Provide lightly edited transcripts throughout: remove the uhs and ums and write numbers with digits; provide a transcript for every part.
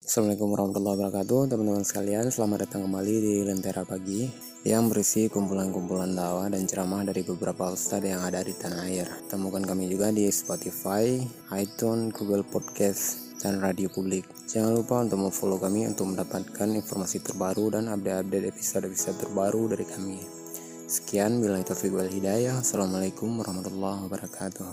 Assalamualaikum warahmatullahi wabarakatuh. Teman-teman sekalian, selamat datang kembali di Lentera Pagi yang berisi kumpulan-kumpulan dakwah dan ceramah dari beberapa ustadz yang ada di tanah air. Temukan kami juga di Spotify, iTunes, Google Podcast, dan Radio Publik. Jangan lupa untuk follow kami untuk mendapatkan informasi terbaru dan update-update episode-episode terbaru dari kami. Sekian, billahi taufiq wal hidayah. Assalamualaikum warahmatullahi wabarakatuh.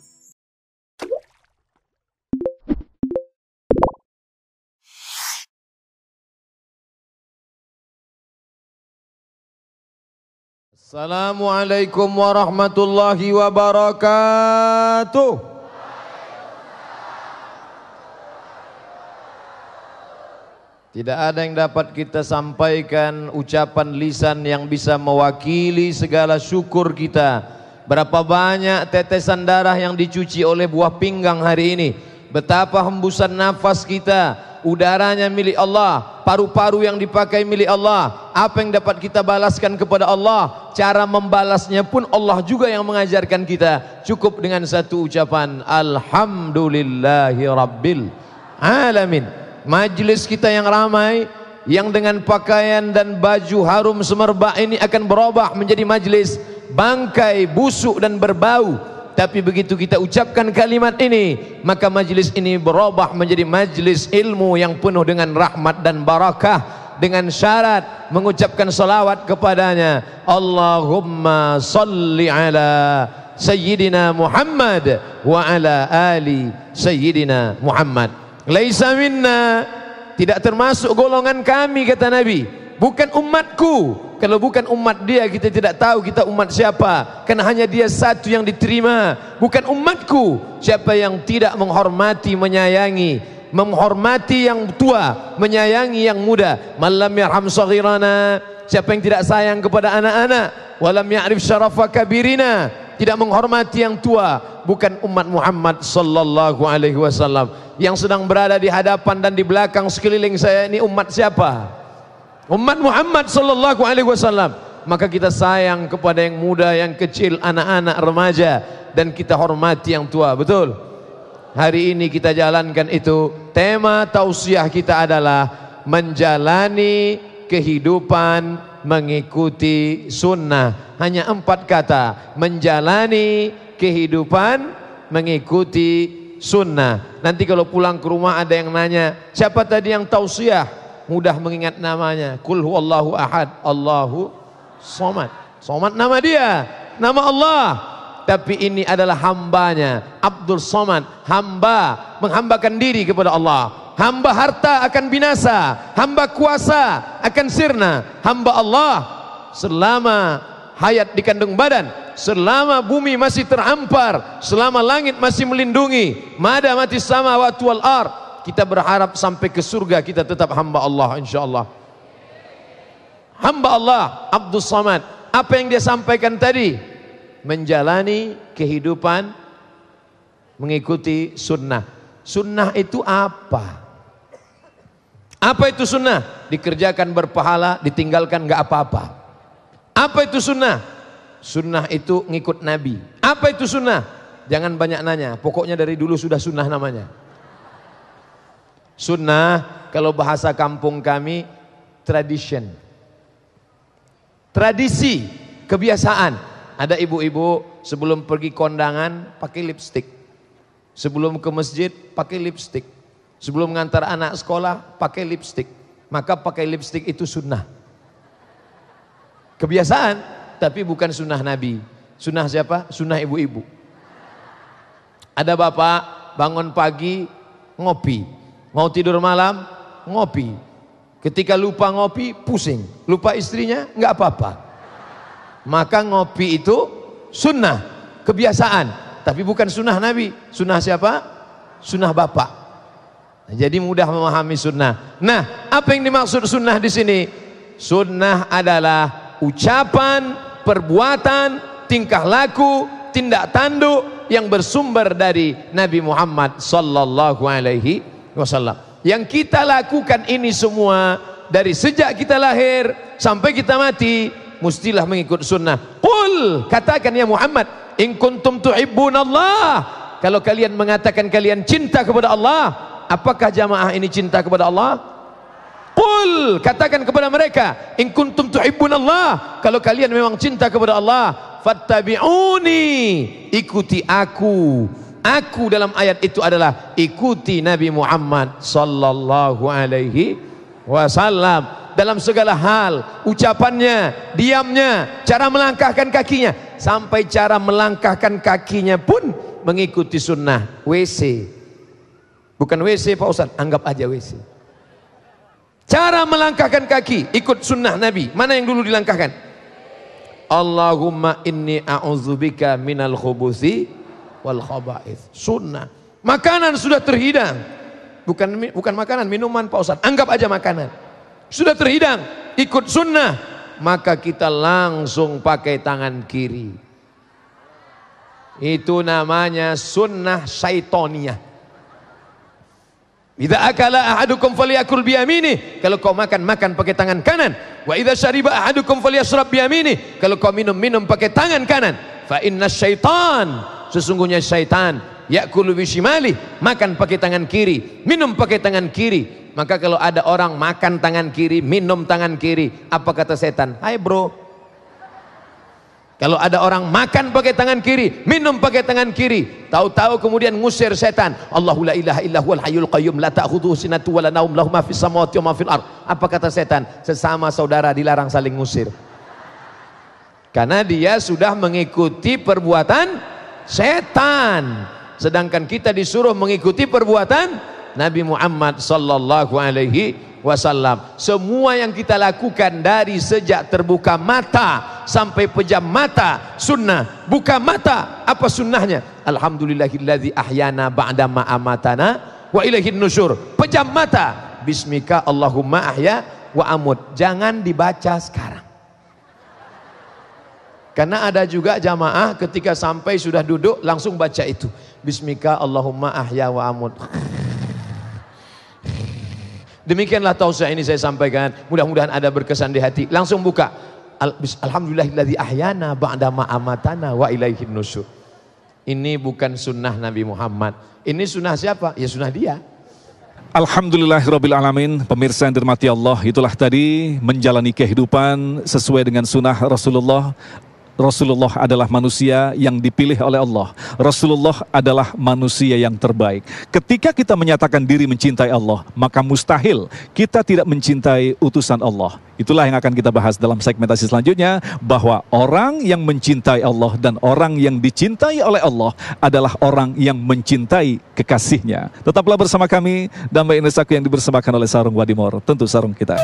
Assalamualaikum warahmatullahi wabarakatuh. Tidak ada yang dapat kita sampaikan ucapan lisan yang bisa mewakili segala syukur kita. Berapa banyak tetesan darah yang dicuci oleh buah pinggang hari ini. Betapa hembusan nafas kita, udaranya milik Allah, paru-paru yang dipakai milik Allah. Apa yang dapat kita balaskan kepada Allah? Cara membalasnya pun Allah juga yang mengajarkan kita. Cukup dengan satu ucapan, Alhamdulillahi Rabbil Alamin. Majlis kita yang ramai, yang dengan pakaian dan baju harum semerbak ini akan berubah menjadi majlis bangkai, busuk dan berbau. Tapi begitu kita ucapkan kalimat ini, maka majlis ini berubah menjadi majlis ilmu yang penuh dengan rahmat dan barakah, dengan syarat mengucapkan salawat kepadanya. Allahumma salli ala Sayyidina Muhammad wa ala ali Sayyidina Muhammad. Laisa minna, tidak termasuk golongan kami, kata Nabi. Bukan umatku. Kalau bukan umat dia, kita tidak tahu kita umat siapa. Karena hanya dia satu yang diterima. Bukan umatku. Siapa yang tidak menghormati, menyayangi, menghormati yang tua, menyayangi yang muda. Malam yarham saghirana, siapa yang tidak sayang kepada anak-anak. Walam ya'rif syarafa kabirina, tidak menghormati yang tua, bukan umat Muhammad sallallahu alaihi wasallam. Yang sedang berada di hadapan dan di belakang sekeliling saya ini umat siapa? Umat Muhammad sallallahu alaihi wasallam. Maka kita sayang kepada yang muda, yang kecil, anak-anak, remaja, dan kita hormati yang tua. Betul? Hari ini kita jalankan itu. Tema tausiah kita adalah menjalani kehidupan mengikuti sunnah. Hanya 4 kata. Menjalani kehidupan mengikuti sunnah. Nanti kalau pulang ke rumah ada yang nanya, siapa tadi yang tausiah? Mudah mengingat namanya. Qul huwallahu ahad, Allahu somad. Somad nama dia, nama Allah. Tapi ini adalah hambanya, Abdul Somad. Hamba menghambakan diri kepada Allah. Hamba harta akan binasa, hamba kuasa akan sirna. Hamba Allah selama hayat di kandung badan, selama bumi masih terhampar, selama langit masih melindungi, mada mati samawati wal ard, kita berharap sampai ke surga kita tetap hamba Allah insyaallah. Hamba Allah Abdul Somad. Apa yang dia sampaikan tadi? Menjalani kehidupan mengikuti sunnah. Sunnah itu apa? Apa itu sunnah? Dikerjakan berpahala, ditinggalkan gak apa-apa. Apa itu sunnah? Sunnah itu ngikut Nabi. Apa itu sunnah? Jangan banyak nanya, pokoknya dari dulu sudah sunnah namanya. Sunnah kalau bahasa kampung kami tradition, tradisi, kebiasaan. Ada ibu-ibu sebelum pergi kondangan pakai lipstik, sebelum ke masjid pakai lipstik, sebelum mengantar anak sekolah pakai lipstik. Maka pakai lipstik itu sunnah, kebiasaan, tapi bukan sunnah Nabi. Sunnah siapa? Sunnah ibu-ibu. Ada bapak bangun pagi ngopi, mau tidur malam ngopi, ketika lupa ngopi pusing, lupa istrinya nggak apa-apa. Maka ngopi itu sunnah, kebiasaan, tapi bukan sunnah Nabi. Sunnah siapa? Sunnah bapak. Jadi mudah memahami sunnah. Nah, apa yang dimaksud sunnah di sini? Sunnah adalah ucapan, perbuatan, tingkah laku, tindak tanduk yang bersumber dari Nabi Muhammad sallallahu alaihi wasallam. Yang kita lakukan ini semua dari sejak kita lahir sampai kita mati, mestilah mengikut sunnah. Qul, katakan ya Muhammad, in kuntum tuhibbunallah, kalau kalian mengatakan kalian cinta kepada Allah, Apakah jamaah ini cinta kepada Allah? Qul, katakan kepada mereka, in kuntum tuhibbunallah, kalau kalian memang cinta kepada Allah, fattabi'uni, ikuti aku. Aku dalam ayat itu adalah ikuti Nabi Muhammad sallallahu alaihi wasallam dalam segala hal, ucapannya, diamnya, cara melangkahkan kakinya, sampai cara melangkahkan kakinya pun mengikuti sunnah. WC, bukan WC Pak Ustaz, anggap aja WC. Cara melangkahkan kaki ikut sunnah Nabi. Mana yang dulu dilangkahkan? Allahumma inni a'udzubika minal khubuthi wal khaba'ith. Sunnah. Makanan sudah terhidang. Bukan makanan, minuman Pak Ustaz. Anggap aja makanan. Sudah terhidang, ikut sunnah, maka kita langsung pakai tangan kiri. Itu namanya sunnah syaitoniyah. Idza akala ahadukum falyakul biyamini, kalau kau makan pakai tangan kanan. Wa idza syariba ahadukum falyashrab biyamini, kalau kau minum pakai tangan kanan. Fa inna syaitan, sesungguhnya syaitan, yakulu bishimali, makan pakai tangan kiri, minum pakai tangan kiri. Maka kalau ada orang makan tangan kiri, minum tangan kiri, apa kata setan? Hai bro. Kalau ada orang makan pakai tangan kiri, minum pakai tangan kiri, tahu-tahu kemudian ngusir setan. Allahu la ilaha illa huwal hayyul qayyum la ta'khudhuhu sinatun wa la naum lahu ma fis samawati wa ma fil ard. Apa kata setan? Sesama saudara dilarang saling ngusir. Karena dia sudah mengikuti perbuatan setan. Sedangkan kita disuruh mengikuti perbuatan Nabi Muhammad sallallahu alaihi wasallam. Semua yang kita lakukan dari sejak terbuka mata sampai pejam mata sunnah. Buka mata, apa sunnahnya? Alhamdulillahilladzi ahyana ba'dama amatana wa ilaihin nusyur. Pejam mata, bismika Allahumma ahya wa amut. Jangan dibaca sekarang. Karena ada juga jamaah ketika sampai sudah duduk langsung baca itu. Bismika Allahumma ahya wa amut. Demikianlah tausiah ini saya sampaikan. Mudah-mudahan ada berkesan di hati. Langsung buka. Alhamdulillahilladzi ahyana ba'dama amatana wa ilaihin nusyur. Ini bukan sunnah Nabi Muhammad. Ini sunnah siapa? Ya sunnah dia. Alhamdulillahirabbil alamin. Pemirsa yang dirahmati Allah, itulah tadi menjalani kehidupan sesuai dengan sunnah Rasulullah. Rasulullah adalah manusia yang dipilih oleh Allah. Rasulullah adalah manusia yang terbaik. Ketika kita menyatakan diri mencintai Allah, maka mustahil kita tidak mencintai utusan Allah. Itulah yang akan kita bahas dalam segmentasi selanjutnya, bahwa orang yang mencintai Allah dan orang yang dicintai oleh Allah adalah orang yang mencintai kekasihnya. Tetaplah bersama kami dan Mbak Inesaku yang dipersembahkan oleh Sarung Wadimor, tentu sarung kita.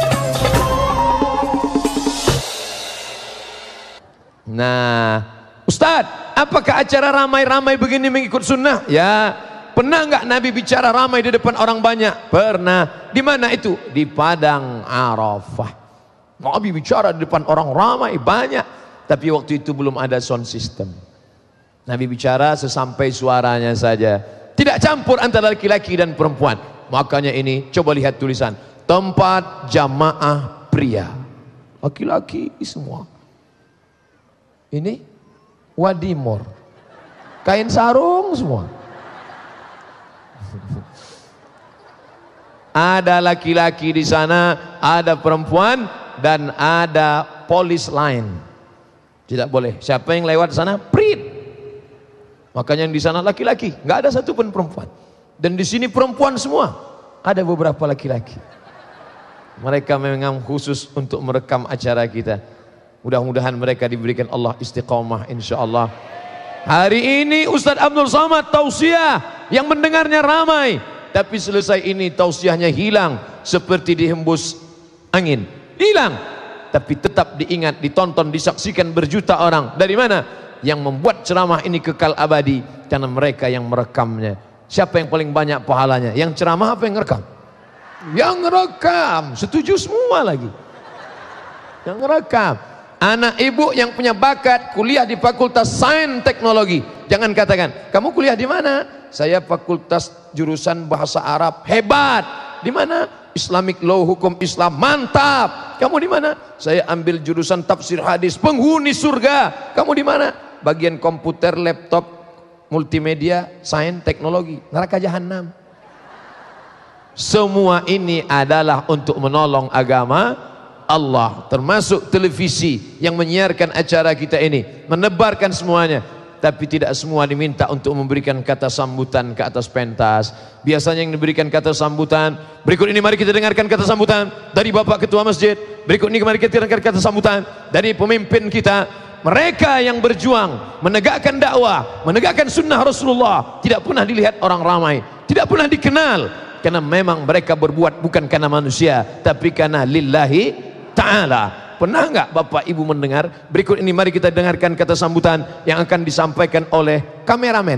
Nah, Ustadz, apakah acara ramai-ramai begini mengikut sunnah? Ya, pernah nggak Nabi bicara ramai di depan orang banyak? Pernah. Di mana itu? Di Padang Arafah. Nabi bicara di depan orang ramai banyak, tapi waktu itu belum ada sound system. Nabi bicara sesampai suaranya saja, tidak campur antara laki-laki dan perempuan. Makanya ini, coba lihat tulisan, tempat jamaah pria, laki-laki semua. Ini Wadimor, kain sarung semua. Ada laki-laki di sana, ada perempuan, dan ada polis lain. Tidak boleh. Siapa yang lewat sana, prit. Makanya yang di sana laki-laki, nggak ada satupun perempuan. Dan di sini perempuan semua. Ada beberapa laki-laki. Mereka memang khusus untuk merekam acara kita. Mudah-mudahan mereka diberikan Allah istiqamah insyaallah. Hari ini Ustadz Abdul Somad tausiah yang mendengarnya ramai, tapi selesai ini tausiahnya hilang seperti dihembus angin. Hilang, tapi tetap diingat, ditonton, disaksikan berjuta orang. Dari mana? Yang membuat ceramah ini kekal abadi, karena mereka yang merekamnya. Siapa yang paling banyak pahalanya? Yang ceramah apa yang rekam? Yang rekam. Setuju semua lagi. Yang rekam. Anak ibu yang punya bakat kuliah di Fakultas Sains Teknologi, jangan katakan, kamu kuliah di mana? Saya Fakultas jurusan Bahasa Arab. Hebat. Di mana? Islamic Law, hukum Islam. Mantap. Kamu di mana? Saya ambil jurusan tafsir hadis. Penghuni surga. Kamu di mana? Bagian komputer, laptop, multimedia, sains, teknologi. Neraka jahanam. Semua ini adalah untuk menolong agama Allah, termasuk televisi yang menyiarkan acara kita ini, menebarkan semuanya. Tapi tidak semua diminta untuk memberikan kata sambutan ke atas pentas. Biasanya yang diberikan kata sambutan, berikut ini mari kita dengarkan kata sambutan dari Bapak Ketua Masjid. Berikut ini mari kita dengarkan kata sambutan dari pemimpin kita. Mereka yang berjuang menegakkan dakwah, menegakkan sunnah Rasulullah, tidak pernah dilihat orang ramai, tidak pernah dikenal, karena memang mereka berbuat bukan karena manusia, tapi karena lillahi ta'ala. Pernah enggak Bapak Ibu mendengar? Berikut ini mari kita dengarkan kata sambutan yang akan disampaikan oleh kameramen.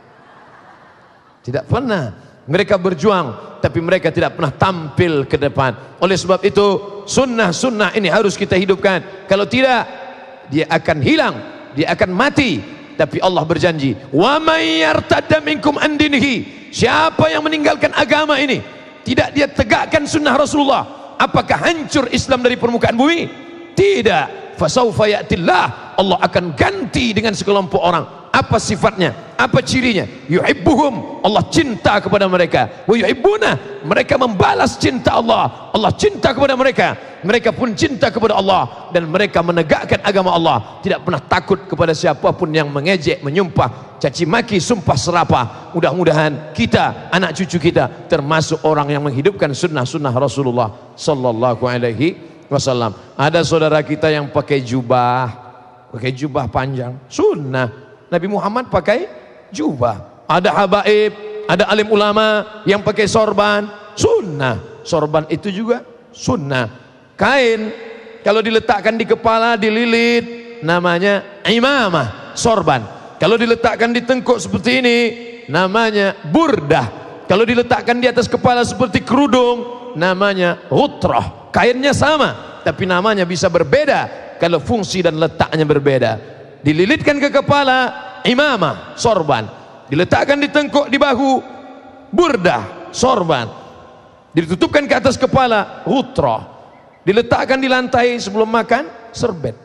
Tidak pernah. Mereka berjuang, tapi mereka tidak pernah tampil ke depan. Oleh sebab itu, sunnah-sunnah ini harus kita hidupkan. Kalau tidak, dia akan hilang, dia akan mati. Tapi Allah berjanji, wa may yartadda minkum an dinihi, siapa yang meninggalkan agama ini, tidak dia tegakkan sunnah Rasulullah, apakah hancur Islam dari permukaan bumi? Tidak. Fasaufa ya'tillah, Allah akan ganti dengan sekelompok orang. Apa sifatnya? Apa cirinya? Yuhibbuhum, Allah cinta kepada mereka. Wa yuhibbuna, mereka membalas cinta Allah. Allah cinta kepada mereka, mereka pun cinta kepada Allah, dan mereka menegakkan agama Allah. Tidak pernah takut kepada siapapun yang mengejek, menyumpah, caci maki, sumpah serapah. Mudah-mudahan kita, anak cucu kita, termasuk orang yang menghidupkan sunnah-sunnah Rasulullah sallallahu alaihi wasallam. Ada saudara kita yang pakai jubah panjang, sunnah. Nabi Muhammad pakai jubah. Ada habaib, ada alim ulama yang pakai sorban, sunnah. Sorban itu juga sunnah. Kain kalau diletakkan di kepala, dililit, namanya imamah, sorban. Kalau diletakkan di tengkuk seperti ini, namanya burdah. Kalau diletakkan di atas kepala seperti kerudung, namanya ghutrah. Kainnya sama, tapi namanya bisa berbeda kalau fungsi dan letaknya berbeda. Dililitkan ke kepala, imamah, sorban. Diletakkan di tengkuk, di bahu, burdah, sorban. Ditutupkan ke atas kepala, ghutrah. Diletakkan di lantai sebelum makan, serbet.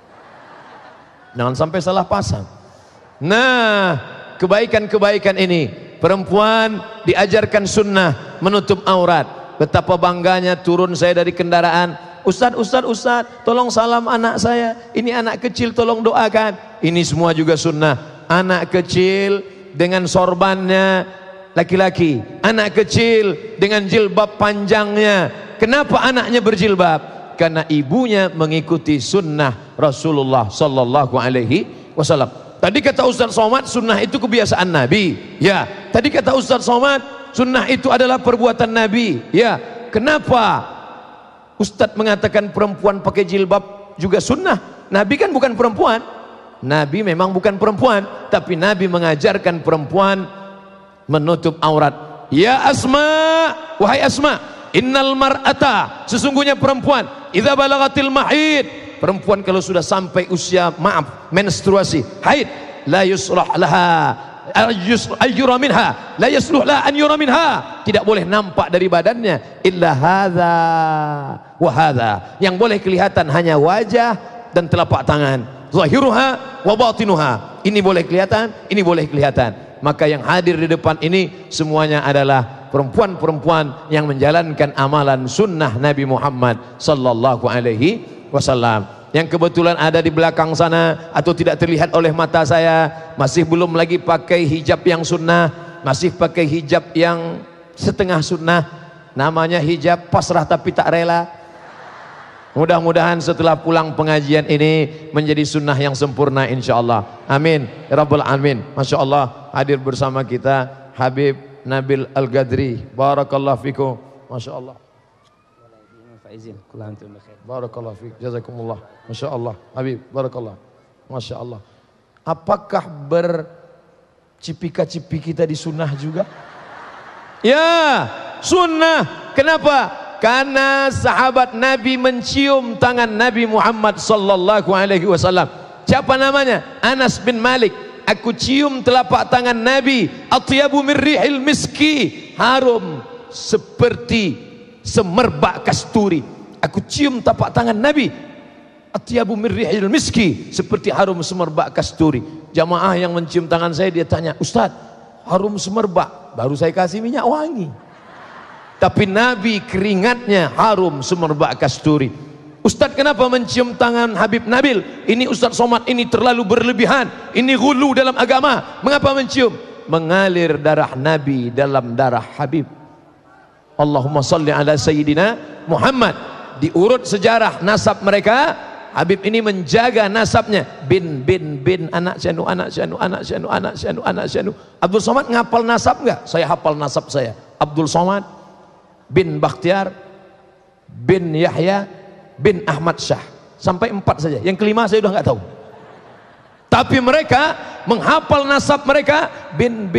Jangan sampai salah pasang. Nah, kebaikan-kebaikan ini, perempuan diajarkan sunnah menutup aurat. Betapa bangganya turun saya dari kendaraan, Ustaz, tolong salam anak saya, ini anak kecil, tolong doakan. Ini semua juga sunnah. Anak kecil dengan sorbannya, laki-laki. Anak kecil dengan jilbab panjangnya. Kenapa anaknya berjilbab? Karena ibunya mengikuti sunnah Rasulullah sallallahu alaihi wasallam. Tadi kata Ustaz Somad, sunnah itu kebiasaan Nabi. Ya, tadi kata Ustaz Somad, sunnah itu adalah perbuatan Nabi. Ya, kenapa Ustaz mengatakan perempuan pakai jilbab juga sunnah? Nabi kan bukan perempuan. Nabi memang bukan perempuan, tapi Nabi mengajarkan perempuan menutup aurat. Ya Asma, wahai Asma, innal mar'ata, sesungguhnya perempuan, idza balagatil mahid, perempuan kalau sudah sampai usia menstruasi, haid, la yuslah laha ayyura minha, la yasluh la an yura minha, tidak boleh nampak dari badannya illa hadza wa hadza, yang boleh kelihatan hanya wajah dan telapak tangan, zahiruha wa batinuha, ini boleh kelihatan, ini boleh kelihatan. Maka yang hadir di depan ini semuanya adalah perempuan-perempuan yang menjalankan amalan sunnah Nabi Muhammad sallallahu alaihi wasallam. Yang kebetulan ada di belakang sana atau tidak terlihat oleh mata saya, masih belum lagi pakai hijab yang sunnah, masih pakai hijab yang setengah sunnah, namanya hijab pasrah tapi tak rela. Mudah-mudahan setelah pulang pengajian ini menjadi sunnah yang sempurna insyaallah. Amin ya rabbal alamin. Masya Allah, hadir bersama kita Habib Nabil Al-Gadri, barakallahu fikum. Masya Allah. Barakallahu fiik, jazakumullah. Masya Allah, Habib, barakallah. Masya Allah. Apakah bercipika-cipiki kita di sunnah juga? Ya, sunnah. Kenapa? Karena sahabat Nabi mencium tangan Nabi Muhammad sallallahu alaihi wasallam. Siapa namanya? Anas bin Malik. Aku cium telapak tangan Nabi, atyabu min rihil miski, harum seperti semerbak kasturi. Aku cium tapak tangan Nabi, atyabu min rihil miski, seperti harum semerbak kasturi. Jamaah yang mencium tangan saya, dia tanya, Ustaz, harum semerbak, baru saya kasih minyak wangi. Tapi Nabi keringatnya harum semerbak kasturi. Ustadz, kenapa mencium tangan Habib Nabil? Ini Ustadz Somad, ini terlalu berlebihan, ini ghulu dalam agama. Mengapa mencium? Mengalir darah Nabi dalam darah Habib. Allahumma salli ala Sayyidina Muhammad. Diurut sejarah nasab mereka, Habib ini menjaga nasabnya. Bin, anak syanu, anak syanu, anak syanu, anak syanu, anak syanu. Abdul Somad ngapal nasab enggak? Saya hafal nasab saya. Abdul Somad bin Bakhtiar bin Yahya bin Ahmad Syah, sampai 4 saja. Yang kelima saya udah nggak tahu. Tapi mereka menghafal nasab mereka bin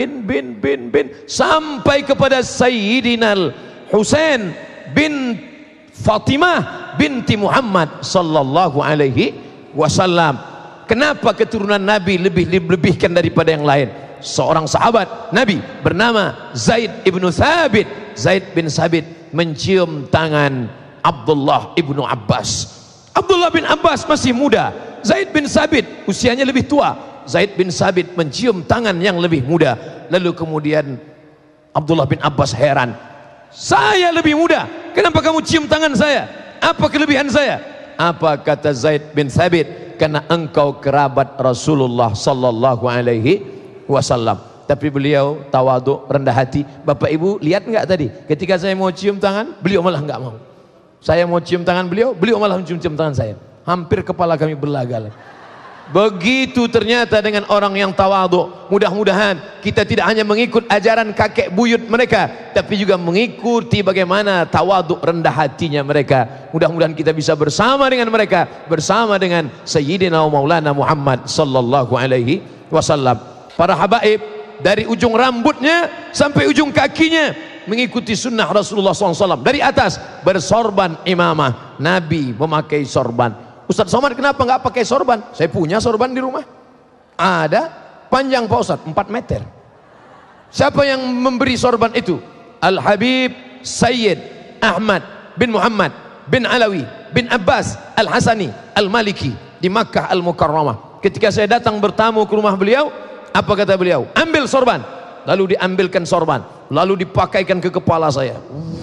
sampai kepada Sayyidina Husain bin Fatimah binti Muhammad sallallahu alaihi wasallam. Kenapa keturunan Nabi lebihkan daripada yang lain? Seorang sahabat Nabi bernama Zaid ibnu Thabit. Zaid bin Sabit mencium tangan Abdullah ibnu Abbas. Abdullah bin Abbas masih muda, Zaid bin Sabit usianya lebih tua. Zaid bin Sabit mencium tangan yang lebih muda. Lalu kemudian Abdullah bin Abbas heran, saya lebih muda, kenapa kamu cium tangan saya? Apa kelebihan saya? Apa kata Zaid bin Sabit? Karena engkau kerabat Rasulullah sallallahu alaihi wasallam. Tapi beliau tawadhu, rendah hati. Bapak Ibu lihat enggak tadi? Ketika saya mau cium tangan, beliau malah enggak mau. Saya mau cium tangan beliau, beliau malah cium tangan saya. Hampir kepala kami berlaga. Begitu ternyata dengan orang yang tawadhu. Mudah-mudahan kita tidak hanya mengikut ajaran kakek buyut mereka, tapi juga mengikuti bagaimana tawadhu, rendah hatinya mereka. Mudah-mudahan kita bisa bersama dengan mereka, bersama dengan Sayyidina Maulana Muhammad sallallahu alaihi wasallam. Para habaib, dari ujung rambutnya sampai ujung kakinya mengikuti sunnah Rasulullah SAW. Dari atas bersorban imamah, Nabi memakai sorban. Ustadz Somad kenapa nggak pakai sorban? Saya punya sorban di rumah, ada, panjang Pak Ustadz 4 meter. Siapa yang memberi sorban itu? Al-Habib Sayyid Ahmad bin Muhammad bin Alawi bin Abbas Al-Hasani Al-Maliki di Makkah Al-Mukarramah. Ketika saya datang bertamu ke rumah beliau, apa kata beliau? Ambil sorban. Lalu diambilkan sorban, lalu dipakaikan ke kepala saya.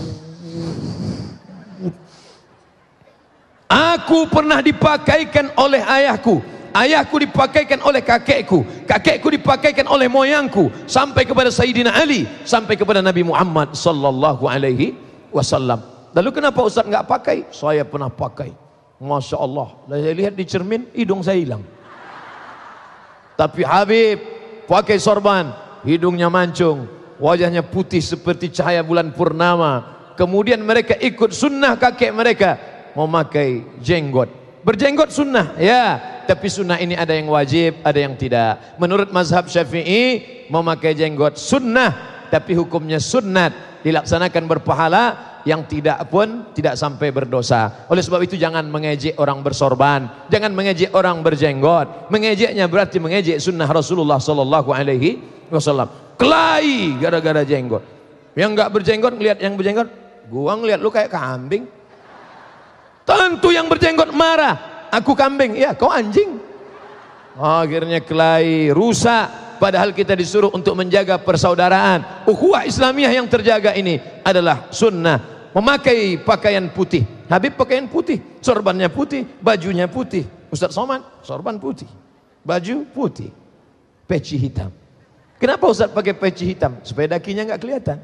Aku pernah dipakaikan oleh ayahku, ayahku dipakaikan oleh kakekku, kakekku dipakaikan oleh moyangku, sampai kepada Sayyidina Ali, sampai kepada Nabi Muhammad sallallahu alaihi wasallam. Lalu kenapa Ustaz nggak pakai? Saya pernah pakai. Masya Allah. Saya lihat di cermin, hidung saya hilang. Tapi Habib pakai sorban, hidungnya mancung, wajahnya putih seperti cahaya bulan purnama. Kemudian mereka ikut sunnah kakek mereka, memakai jenggot. Berjenggot sunnah, ya, tapi sunnah ini ada yang wajib, ada yang tidak. Menurut mazhab Syafi'i, memakai jenggot sunnah, tapi hukumnya sunnat, dilaksanakan berpahala, yang tidak pun tidak sampai berdosa. Oleh sebab itu jangan mengejek orang bersorban, jangan mengejek orang berjenggot. Mengejeknya berarti mengejek sunnah Rasulullah sallallahu alaihi wasallam. Kelahi gara-gara jenggot. Yang enggak berjenggot ngelihat yang berjenggot, gua ngelihat lu kayak kambing. Tentu yang berjenggot marah, aku kambing, ya kau anjing. Akhirnya kelahi, rusak. Padahal kita disuruh untuk menjaga persaudaraan. Ukhuwah Islamiyah yang terjaga ini adalah sunnah. Memakai pakaian putih. Habib pakaian putih, sorbannya putih, bajunya putih. Ustadz Somad sorban putih, baju putih, peci hitam. Kenapa Ustadz pakai peci hitam? Supaya dakinya nggak kelihatan.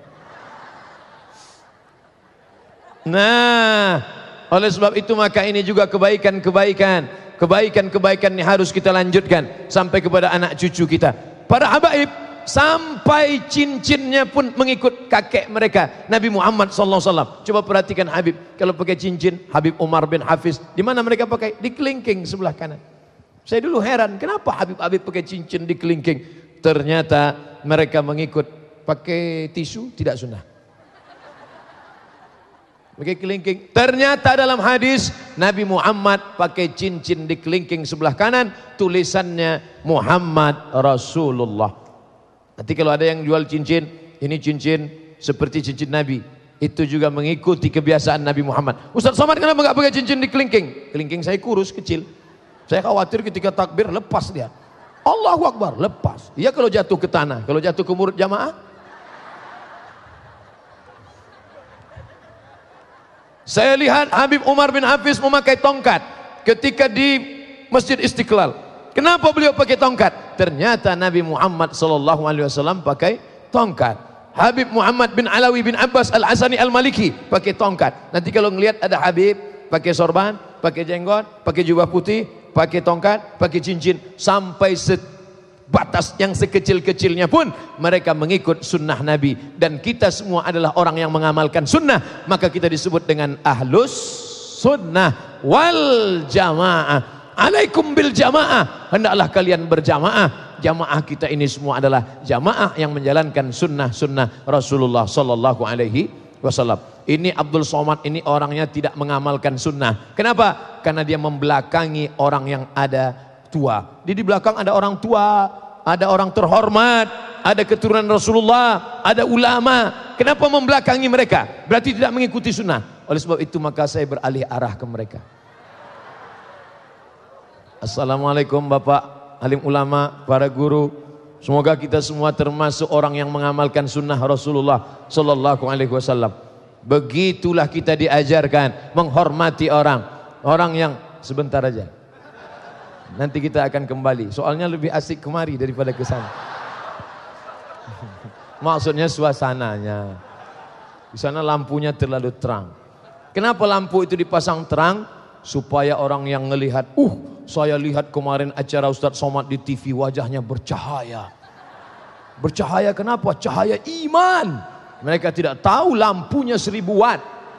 Nah, oleh sebab itu maka ini juga kebaikan-kebaikan ini harus kita lanjutkan sampai kepada anak cucu kita. Para habaib sampai cincinnya pun mengikut kakek mereka Nabi Muhammad SAW. Coba perhatikan Habib kalau pakai cincin. Habib Umar bin Hafiz, di mana mereka pakai? Di kelingking sebelah kanan. Saya dulu heran, kenapa Habib pakai cincin di kelingking? Ternyata mereka mengikut pakai tisu, tidak sunnah. Pakai kelingking. Ternyata dalam hadis Nabi Muhammad pakai cincin di kelingking sebelah kanan, tulisannya Muhammad Rasulullah. Nanti kalau ada yang jual cincin, ini cincin seperti cincin Nabi, itu juga mengikuti kebiasaan Nabi Muhammad. Ustadz Somad kenapa nggak pakai cincin di kelingking? Kelingking saya kurus kecil, saya khawatir ketika takbir lepas dia. Allahu Akbar, lepas. Iya kalau jatuh ke tanah, kalau jatuh ke murid jamaah. Saya lihat Habib Umar bin Hafiz memakai tongkat ketika di Masjid Istiqlal. Kenapa beliau pakai tongkat? Ternyata Nabi Muhammad SAW pakai tongkat. Habib Muhammad bin Alawi bin Abbas Al-Hasani Al-Maliki pakai tongkat. Nanti kalau ngelihat ada Habib pakai sorban, pakai jenggot, pakai jubah putih, pakai tongkat, pakai cincin, sampai batas yang sekecil-kecilnya pun mereka mengikut sunnah Nabi. Dan kita semua adalah orang yang mengamalkan sunnah, maka kita disebut dengan ahlus sunnah wal jamaah. Alaikum bil jamaah, hendaklah kalian berjamaah. Jamaah kita ini semua adalah jamaah yang menjalankan sunnah-sunnah Rasulullah Sallallahu Alaihi Wasallam. Ini Abdul Somad ini orangnya tidak mengamalkan sunnah. Kenapa? Karena dia membelakangi orang yang ada tua. Di belakang ada orang tua, ada orang terhormat, ada keturunan Rasulullah, ada ulama. Kenapa membelakangi mereka? Berarti tidak mengikuti sunnah. Oleh sebab itu maka saya beralih arah ke mereka. Assalamualaikum Bapak alim ulama, para guru. Semoga kita semua termasuk orang yang mengamalkan sunnah Rasulullah Sallallahu Alaihi Wasallam. Begitulah kita diajarkan menghormati orang yang sebentar aja. Nanti kita akan kembali. Soalnya lebih asik kemari daripada ke sana. Maksudnya suasananya. Di sana lampunya terlalu terang. Kenapa lampu itu dipasang terang? Supaya orang yang melihat, saya lihat kemarin acara Ustadz Somad di TV, wajahnya bercahaya. Bercahaya kenapa? Cahaya iman. Mereka tidak tahu lampunya 1000 watt.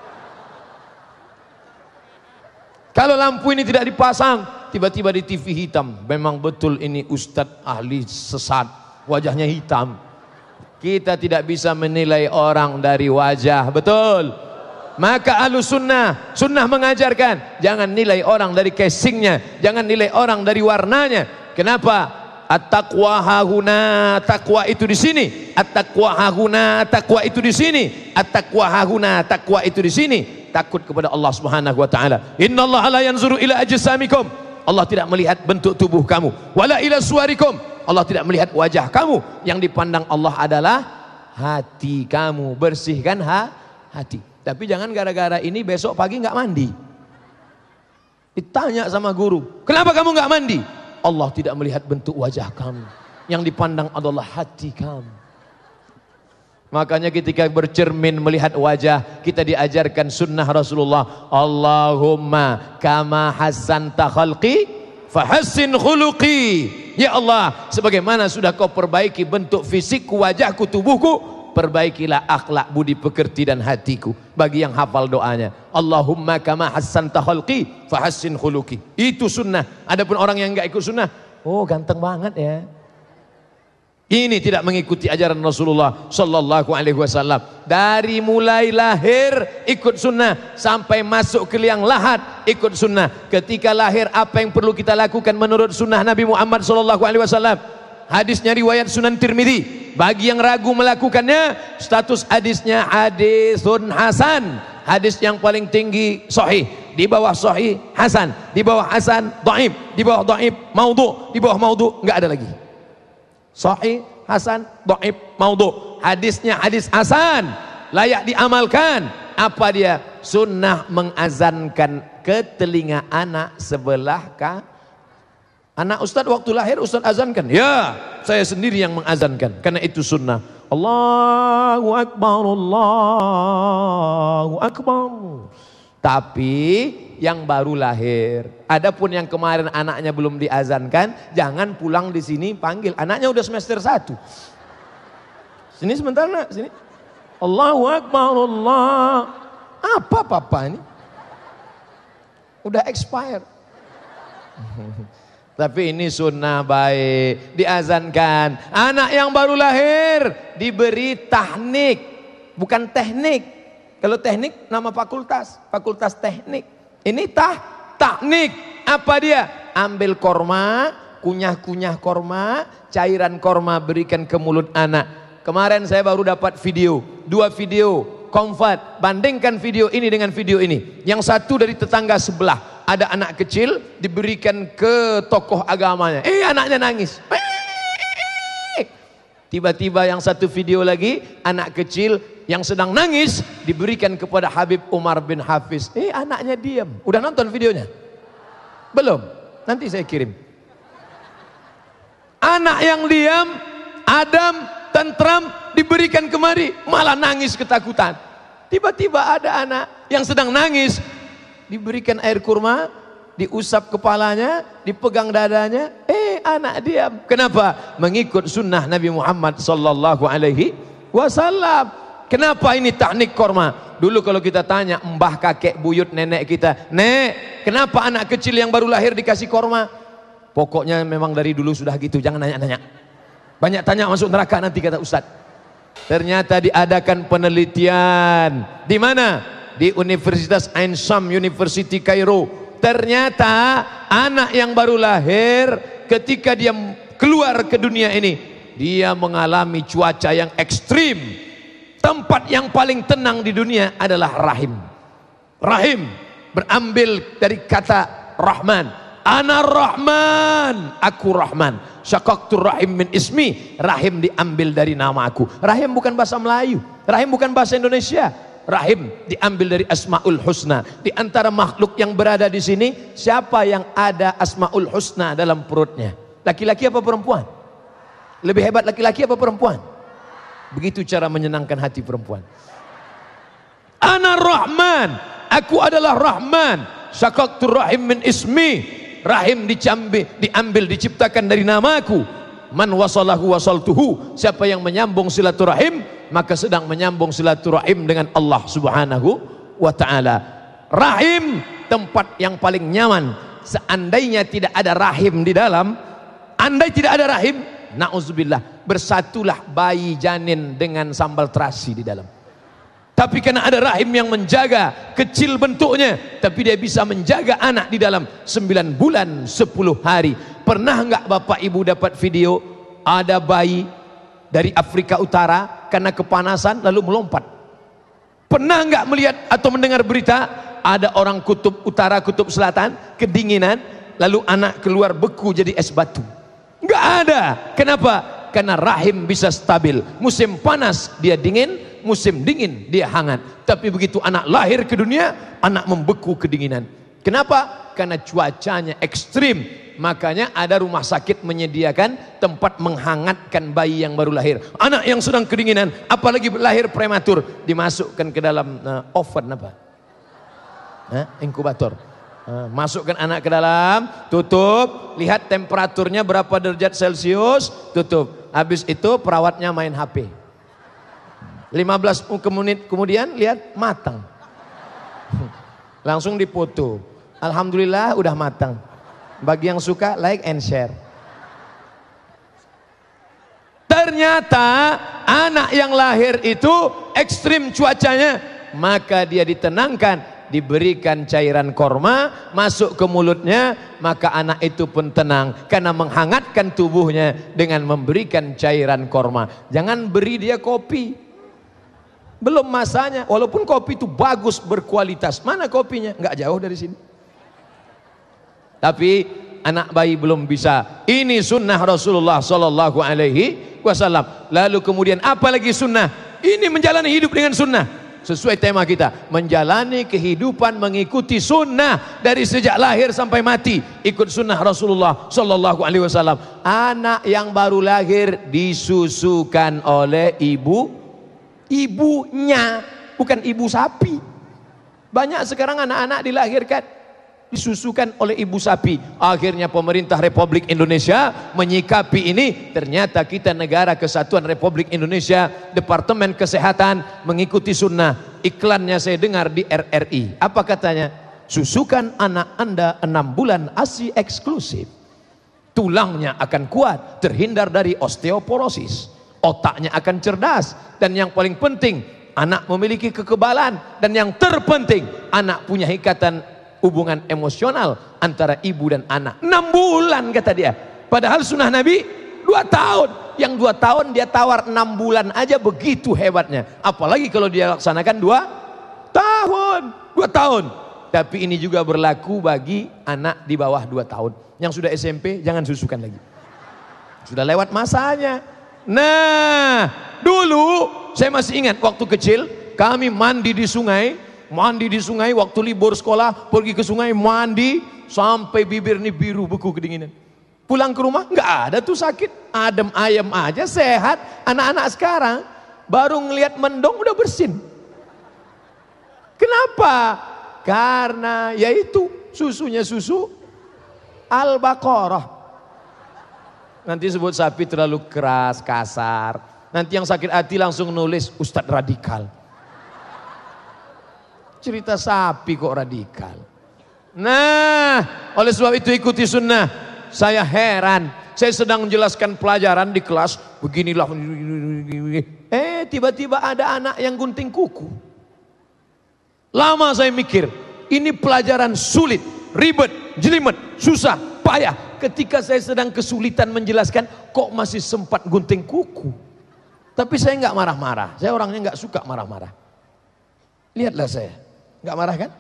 Kalau lampu ini tidak dipasang, tiba-tiba di TV hitam. Memang betul ini Ustadz ahli sesat, wajahnya hitam. Kita tidak bisa menilai orang dari wajah, betul? Maka ahlus sunnah mengajarkan jangan nilai orang dari casingnya, jangan nilai orang dari warnanya. Kenapa? At-taqwa hahuna, takwa itu di sini. At-taqwa hahuna, takwa itu di sini. At-taqwa hahuna, takwa itu di sini. Takut kepada Allah Subhanahu wa taala. Innallaha la yanzuru ila ajsamikum. Allah tidak melihat bentuk tubuh kamu. Wala ila suwarikum. Allah tidak melihat wajah kamu. Yang dipandang Allah adalah hati kamu. Bersihkan hati. Tapi jangan gara-gara ini besok pagi nggak mandi. Ditanya sama guru, kenapa kamu nggak mandi? Allah tidak melihat bentuk wajah kamu. Yang dipandang adalah hati kamu. Makanya ketika bercermin melihat wajah, kita diajarkan sunnah Rasulullah. Allahumma kama hassanta khalqi fahassin khuluqi. Ya Allah, sebagaimana sudah kau perbaiki bentuk fisikku, wajahku, tubuhku, perbaikilah akhlak, budi pekerti dan hatiku. Bagi yang hafal doanya, Allahumma kama hassanta khalqi fahassin khuluqi. Itu sunnah. Adapun orang yang enggak ikut sunnah, oh ganteng banget ya. Ini tidak mengikuti ajaran Rasulullah Sallallahu Alaihi Wasallam. Dari mulai lahir ikut sunnah sampai masuk ke liang lahat ikut sunnah. Ketika lahir apa yang perlu kita lakukan menurut sunnah Nabi Muhammad Sallallahu Alaihi Wasallam? Hadisnya riwayat Sunan Tirmidzi. Bagi yang ragu melakukannya, status hadisnya hadisun hasan. Hadis yang paling tinggi sahih, di bawah sahih hasan, di bawah hasan dhaif, di bawah dhaif maudhu, di bawah maudhu enggak ada lagi. Sahih, hasan, dhaif, maudhu. Hadisnya hadis hasan, layak diamalkan. Apa dia? Sunnah mengazankan ke telinga anak sebelah anak Ustadz waktu lahir Ustadz azankan. Ya, saya sendiri yang mengazankan. Karena itu sunnah. Allahu Akbar, Allahu Akbar. Tapi yang baru lahir. Adapun yang kemarin anaknya belum diazankan, jangan pulang di sini panggil. Anaknya udah semester 1. Sini sebentar nak, sini. Allahu Akbar, Allah. Apa papa ini? Udah expired. Tapi ini sunnah baik, diazankan. Anak yang baru lahir diberi tahnik, bukan teknik. Kalau teknik nama fakultas, fakultas teknik. Ini tahnik. Apa dia? Ambil korma, kunyah-kunyah korma, cairan korma berikan ke mulut anak. Kemarin saya baru dapat video, 2 video, comfort. Bandingkan video ini dengan video ini. Yang satu dari tetangga sebelah. Ada anak kecil diberikan ke tokoh agamanya. Anaknya nangis. Tiba-tiba yang satu video lagi, anak kecil yang sedang nangis diberikan kepada Habib Umar bin Hafiz. Anaknya diam. Udah nonton videonya? Belum? Nanti saya kirim. Anak yang diam, adem, tentram diberikan kemari, malah nangis ketakutan. Tiba-tiba ada anak yang sedang nangis, diberikan air kurma, diusap kepalanya, dipegang dadanya, anak diam. Kenapa? Mengikut sunnah Nabi Muhammad sallallahu alaihi wasallam. Kenapa ini teknik korma? Dulu kalau kita tanya mbah, kakek, buyut, nenek kita, "Nek, kenapa anak kecil yang baru lahir dikasih korma?" Pokoknya memang dari dulu sudah gitu, jangan nanya-nanya. Banyak tanya masuk neraka nanti, kata Ustadz. Ternyata diadakan penelitian. Di mana? Di Universitas Ain Sham University Kairo. Ternyata anak yang baru lahir ketika dia keluar ke dunia ini, dia mengalami cuaca yang ekstrim. Tempat yang paling tenang di dunia adalah rahim. Rahim berambil dari kata Rahman. Ana Rahman, aku Rahman. Syaqaqtur rahim min ismi. Rahim diambil dari nama aku. Rahim bukan bahasa Melayu, rahim bukan bahasa Indonesia. Rahim diambil dari Asmaul Husna. Di antara makhluk yang berada di sini, siapa yang ada Asmaul Husna dalam perutnya? Laki-laki apa perempuan? Lebih hebat laki-laki apa perempuan? Begitu cara menyenangkan hati perempuan. Ana Rahman, aku adalah Rahman. Syaqaqtur rahim min ismi. Rahim diambil, diciptakan dari namaku. Man wasalahu wasaltuhu. Siapa yang menyambung silaturahim, maka sedang menyambung silaturahim dengan Allah subhanahu wa ta'ala. Rahim, tempat yang paling nyaman. Seandainya tidak ada rahim di dalam, andai tidak ada rahim, na'udzubillah, bersatulah bayi janin dengan sambal terasi di dalam. Tapi karena ada rahim yang menjaga, kecil bentuknya, tapi dia bisa menjaga anak di dalam 9 bulan 10 hari. Pernah nggak Bapak Ibu dapat video ada bayi dari Afrika Utara karena kepanasan lalu melompat? Pernah nggak melihat atau mendengar berita ada orang kutub utara, kutub selatan kedinginan lalu anak keluar beku jadi es batu? Nggak ada. Kenapa? Karena rahim bisa stabil. Musim panas dia dingin, musim dingin dia hangat. Tapi begitu anak lahir ke dunia, anak membeku kedinginan. Kenapa? Karena cuacanya ekstrim. Makanya ada rumah sakit menyediakan tempat menghangatkan bayi yang baru lahir. Anak yang sedang kedinginan, apalagi lahir prematur, dimasukkan ke dalam oven apa? Inkubator. Masukkan anak ke dalam, tutup, lihat temperaturnya berapa derajat Celcius, tutup. Habis itu perawatnya main HP. 15 menit kemudian lihat matang. Langsung dipoto. Alhamdulillah udah matang. Bagi yang suka like and share. Ternyata anak yang lahir itu ekstrim cuacanya, maka dia ditenangkan. Diberikan cairan korma masuk ke mulutnya, maka anak itu pun tenang karena menghangatkan tubuhnya dengan memberikan cairan korma. Jangan beri dia kopi, belum masanya. Walaupun kopi itu bagus, berkualitas, mana kopinya? Nggak jauh dari sini. Tapi anak bayi belum bisa. Ini sunnah Rasulullah Sallallahu Alaihi Wasallam. Lalu kemudian apa lagi sunnah? Ini menjalani hidup dengan sunnah. Sesuai tema kita, menjalani kehidupan mengikuti sunnah dari sejak lahir sampai mati, ikut sunnah Rasulullah Sallallahu Alaihi Wasallam. Anak yang baru lahir disusukan oleh ibunya, bukan ibu sapi. Banyak sekarang anak-anak dilahirkan disusukan oleh ibu sapi. Akhirnya pemerintah Republik Indonesia menyikapi ini. Ternyata kita negara kesatuan Republik Indonesia, Departemen Kesehatan mengikuti sunnah. Iklannya saya dengar di RRI. Apa katanya? Susukan anak Anda 6 bulan ASI eksklusif. Tulangnya akan kuat, terhindar dari osteoporosis. Otaknya akan cerdas. Dan yang paling penting, anak memiliki kekebalan. Dan yang terpenting, anak punya ikatan hubungan emosional antara ibu dan anak. 6 bulan kata dia. Padahal sunnah Nabi 2 tahun. Yang 2 tahun dia tawar 6 bulan aja begitu hebatnya. Apalagi kalau dia laksanakan 2 tahun. 2 tahun. Tapi ini juga berlaku bagi anak di bawah 2 tahun. Yang sudah SMP jangan susukan lagi. Sudah lewat masanya. Nah, dulu saya masih ingat waktu kecil kami mandi di sungai waktu libur sekolah, pergi ke sungai mandi sampai bibir nih biru beku kedinginan. Pulang ke rumah nggak ada tuh sakit, adem ayem aja, sehat. Anak-anak sekarang baru ngelihat mendong udah bersin. Kenapa? Karena yaitu susunya susu Al-Baqarah. Nanti sebut sapi terlalu keras, kasar. Nanti yang sakit hati langsung nulis Ustadz radikal. Cerita sapi kok radikal. Nah, oleh sebab itu ikuti sunnah. Saya heran, saya sedang menjelaskan pelajaran di kelas, beginilah. Tiba-tiba ada anak yang gunting kuku. Lama saya mikir, ini pelajaran sulit, ribet, jelimet, susah, payah. Ketika saya sedang kesulitan menjelaskan, kok masih sempat gunting kuku. Tapi saya nggak marah-marah, saya orangnya nggak suka marah-marah. Lihatlah saya, nggak marah kan?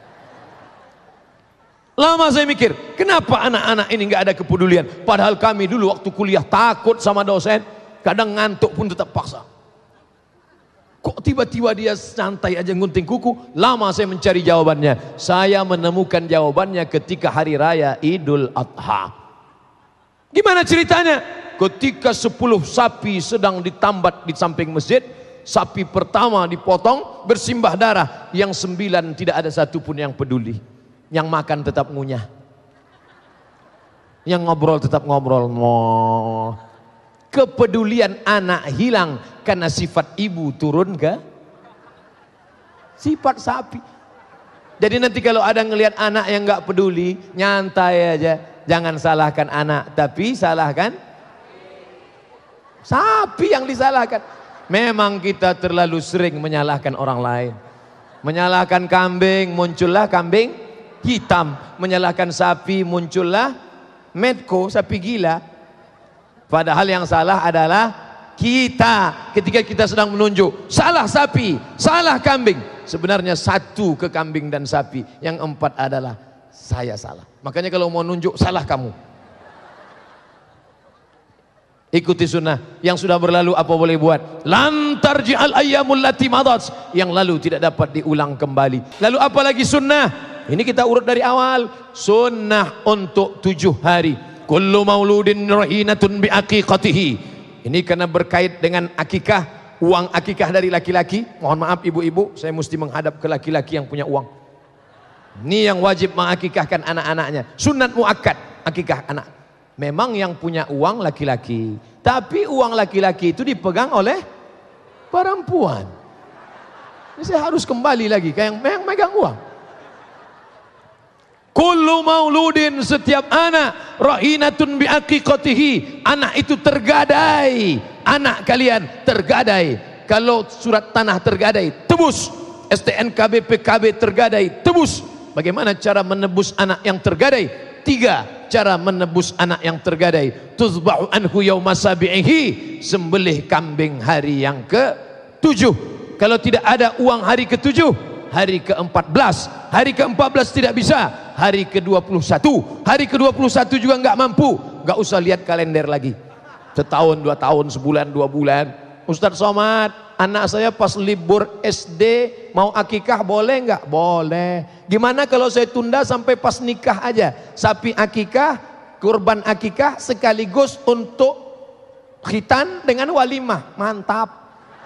Lama saya mikir, kenapa anak-anak ini nggak ada kepedulian? Padahal kami dulu waktu kuliah takut sama dosen, kadang ngantuk pun tetap paksa. Kok tiba-tiba dia santai aja gunting kuku? Lama saya mencari jawabannya. Saya menemukan jawabannya ketika hari raya Idul Adha. Gimana ceritanya? Ketika 10 sapi sedang ditambat di samping masjid, sapi pertama dipotong bersimbah darah, yang 9 tidak ada satupun yang peduli. Yang makan tetap ngunyah, yang ngobrol tetap ngobrol. Kepedulian anak hilang karena sifat ibu turun ke sifat sapi. Jadi nanti kalau ada ngelihat anak yang nggak peduli, nyantai aja, jangan salahkan anak, tapi salahkan sapi yang disalahkan. Memang kita terlalu sering menyalahkan orang lain. Menyalahkan kambing, muncullah kambing hitam. Menyalahkan sapi, muncullah Medco, sapi gila. Padahal yang salah adalah kita. Ketika kita sedang menunjuk, salah sapi, salah kambing. Sebenarnya satu ke kambing dan sapi, yang 4 adalah saya salah. Makanya kalau mau nunjuk, salah kamu. Ikuti sunnah. Yang sudah berlalu apa boleh buat. Lantar ji'al ayyamul lati madat. Yang lalu tidak dapat diulang kembali. Lalu apa lagi sunnah? Ini kita urut dari awal. Sunnah untuk 7 hari. Kullu mauludin rahinatun biaqiqatihi. Ini karena berkait dengan akikah, uang akikah dari laki-laki. Mohon maaf ibu-ibu, saya mesti menghadap ke laki-laki yang punya uang. Ini yang wajib mengakikahkan anak-anaknya. Sunat muakkad, akikah anak. Memang yang punya uang laki-laki, tapi uang laki-laki itu dipegang oleh perempuan. Ini saya harus kembali lagi ke yang megang uang. Kullu mauludin, setiap anak, rahinatun biaqiqatihi, anak itu tergadai. Anak kalian tergadai. Kalau surat tanah tergadai, tebus. STNK BPKB tergadai, tebus. Bagaimana cara menebus anak yang tergadai? 3 cara menebus anak yang tergadai. Tuzbahu anhu yauma sabi'ihi, sembelih kambing hari yang ke-7. Kalau tidak ada uang hari ke-7, hari ke-14. Hari ke-14 tidak bisa, hari ke-21. Hari ke-21 juga nggak mampu. Nggak usah lihat kalender lagi. Setahun, 2 tahun, sebulan, 2 bulan. Ustadz Somad, anak saya pas libur SD mau akikah boleh nggak? Boleh. Gimana kalau saya tunda sampai pas nikah aja? Sapi akikah, kurban akikah sekaligus untuk khitan dengan walimah. Mantap.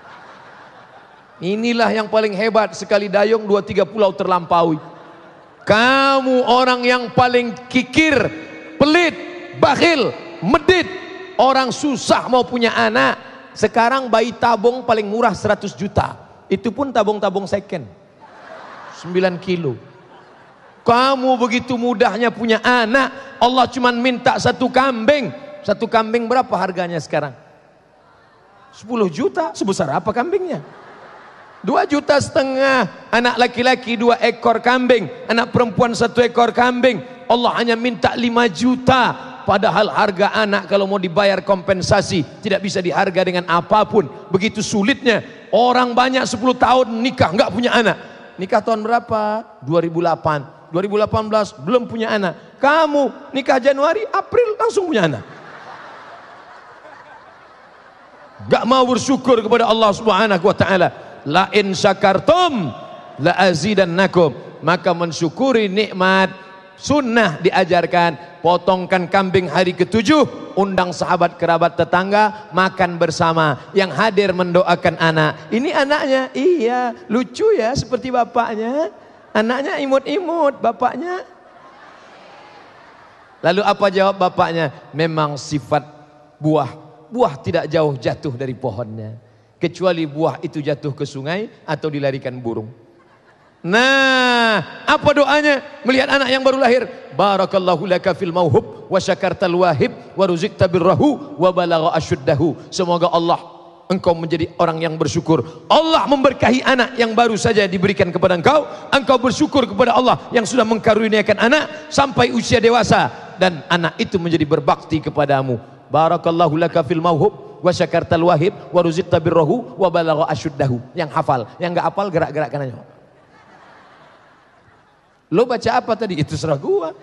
Inilah yang paling hebat, sekali dayung 2-3 pulau terlampaui. Kamu orang yang paling kikir, pelit, bakhil, medit. Orang susah mau punya anak. Sekarang bayi tabung paling murah 100 juta. Itu pun tabung-tabung second, 9 kilo. Kamu begitu mudahnya punya anak. Allah cuma minta 1 kambing. 1 kambing berapa harganya sekarang? 10 juta. Sebesar apa kambingnya? 2,5 juta. Anak laki-laki 2 ekor kambing, anak perempuan 1 ekor kambing. Allah hanya minta 5 juta. Padahal harga anak kalau mau dibayar kompensasi tidak bisa diharga dengan apapun. Begitu sulitnya. Orang banyak 10 tahun nikah nggak punya anak. Nikah tahun berapa? 2008. 2018 belum punya anak. Kamu nikah Januari, April langsung punya anak. gak mau bersyukur kepada Allah Subhanahu wa taala. La in syakartum la azidannakum, maka mensyukuri nikmat. Sunnah diajarkan, potongkan kambing hari ke-7, undang sahabat kerabat tetangga makan bersama, yang hadir mendoakan anak. Ini anaknya, iya lucu ya seperti bapaknya, anaknya imut-imut, bapaknya. Lalu apa jawab bapaknya? Memang sifat buah tidak jauh jatuh dari pohonnya, kecuali buah itu jatuh ke sungai atau dilarikan burung. Nah, apa doanya melihat anak yang baru lahir? Barakallahu laka fil mauhub wa syakartal wahib wa ruzikta birrahu wa balagha asyuddahu. Semoga Allah engkau menjadi orang yang bersyukur. Allah memberkahi anak yang baru saja diberikan kepada engkau. Engkau bersyukur kepada Allah yang sudah mengkaruniakan anak sampai usia dewasa, dan anak itu menjadi berbakti kepadamu. Barakallahu laka fil mauhub wa syakartal wahib wa ruzikta birrahu wa balagha asyuddahu. Yang hafal, yang enggak hafal gerak-gerak kanannya. Lo baca apa tadi? Itu serah gua.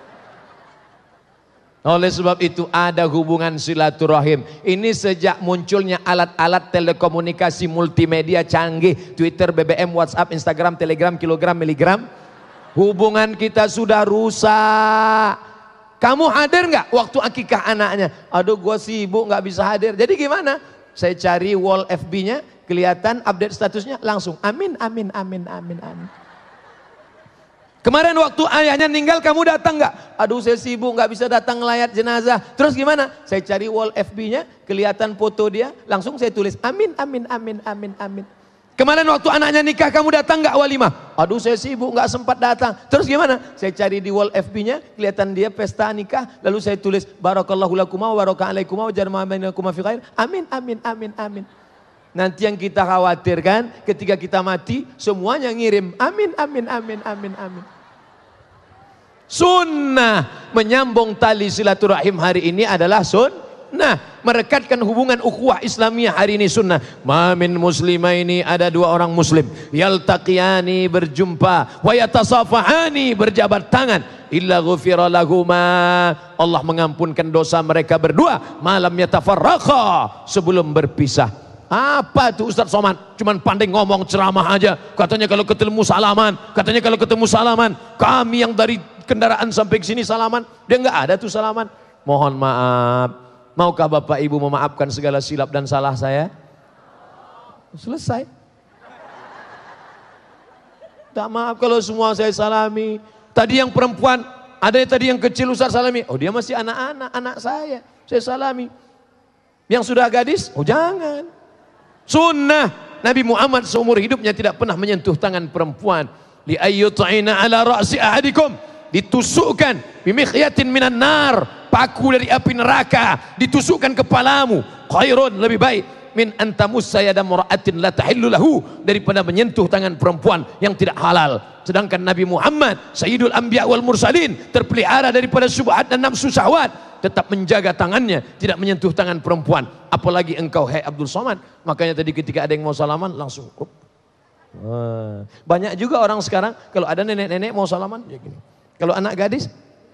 Oleh sebab itu ada hubungan silaturahim. Ini sejak munculnya alat-alat telekomunikasi multimedia canggih, Twitter, BBM, WhatsApp, Instagram, Telegram, kilogram, miligram, hubungan kita sudah rusak. Kamu hadir nggak waktu akikah anaknya? Aduh gua sibuk nggak bisa hadir. Jadi gimana? Saya cari wall FB-nya, kelihatan update statusnya, langsung amin, amin, amin, amin, amin. Kemarin waktu ayahnya meninggal kamu datang nggak? Aduh saya sibuk nggak bisa datang ngelayat jenazah. Terus gimana? Saya cari wall FB-nya, kelihatan foto dia, langsung saya tulis amin, amin, amin, amin, amin. Kemarin waktu anaknya nikah kamu datang nggak walimah? Aduh saya sibuk nggak sempat datang. Terus gimana? Saya cari di wall FB-nya, kelihatan dia pesta nikah, lalu saya tulis barakallahu lakuma wa baraka alaikuma wa jarma bainakuma fi khair. Amin, amin, amin, amin. Nanti yang kita khawatirkan ketika kita mati semuanya ngirim amin, amin, amin, amin, amin. Sunnah menyambung tali silaturahim hari ini adalah sunnah, merekatkan hubungan ukhuwah Islamiyah hari ini sunnah. Mamin muslimaini, ada dua orang muslim, yaltaqiyani berjumpa, wa yatasafahani berjabat tangan, illa ghufira lahuma, Allah mengampunkan dosa mereka berdua, malam yatafarraqa, sebelum berpisah. Apa tuh Ustaz Somad? Cuman pandai ngomong ceramah aja. Katanya kalau ketemu salaman, katanya kalau ketemu salaman. Kami yang dari kendaraan sampai ke sini salaman, dia nggak ada tuh salaman. Mohon maaf. Maukah Bapak Ibu memaafkan segala silap dan salah saya? Selesai. Tak maaf kalau semua saya salami. Tadi yang perempuan, ada yang tadi yang kecil Ustaz salami. Oh dia masih anak-anak, anak saya salami. Yang sudah gadis, oh jangan. Sunnah Nabi Muhammad seumur hidupnya tidak pernah menyentuh tangan perempuan. Li ayyut'ina ala ra'si ahadikum, ditusukkan bimikhyatin minan nar, paku dari api neraka ditusukkan kepalamu, khairun, lebih baik, min antamussa yada mura'atin la tahillu lahu, daripada menyentuh tangan perempuan yang tidak halal. Sedangkan Nabi Muhammad Sayyidul Anbiya wal Mursalin terpelihara daripada syubhat dan nafsu syahwat, tetap menjaga tangannya, tidak menyentuh tangan perempuan. Apalagi engkau hai Abdul Somad. Makanya tadi ketika ada yang mau salaman langsung banyak juga orang sekarang kalau ada nenek-nenek mau salaman ya gini. Kalau anak gadis,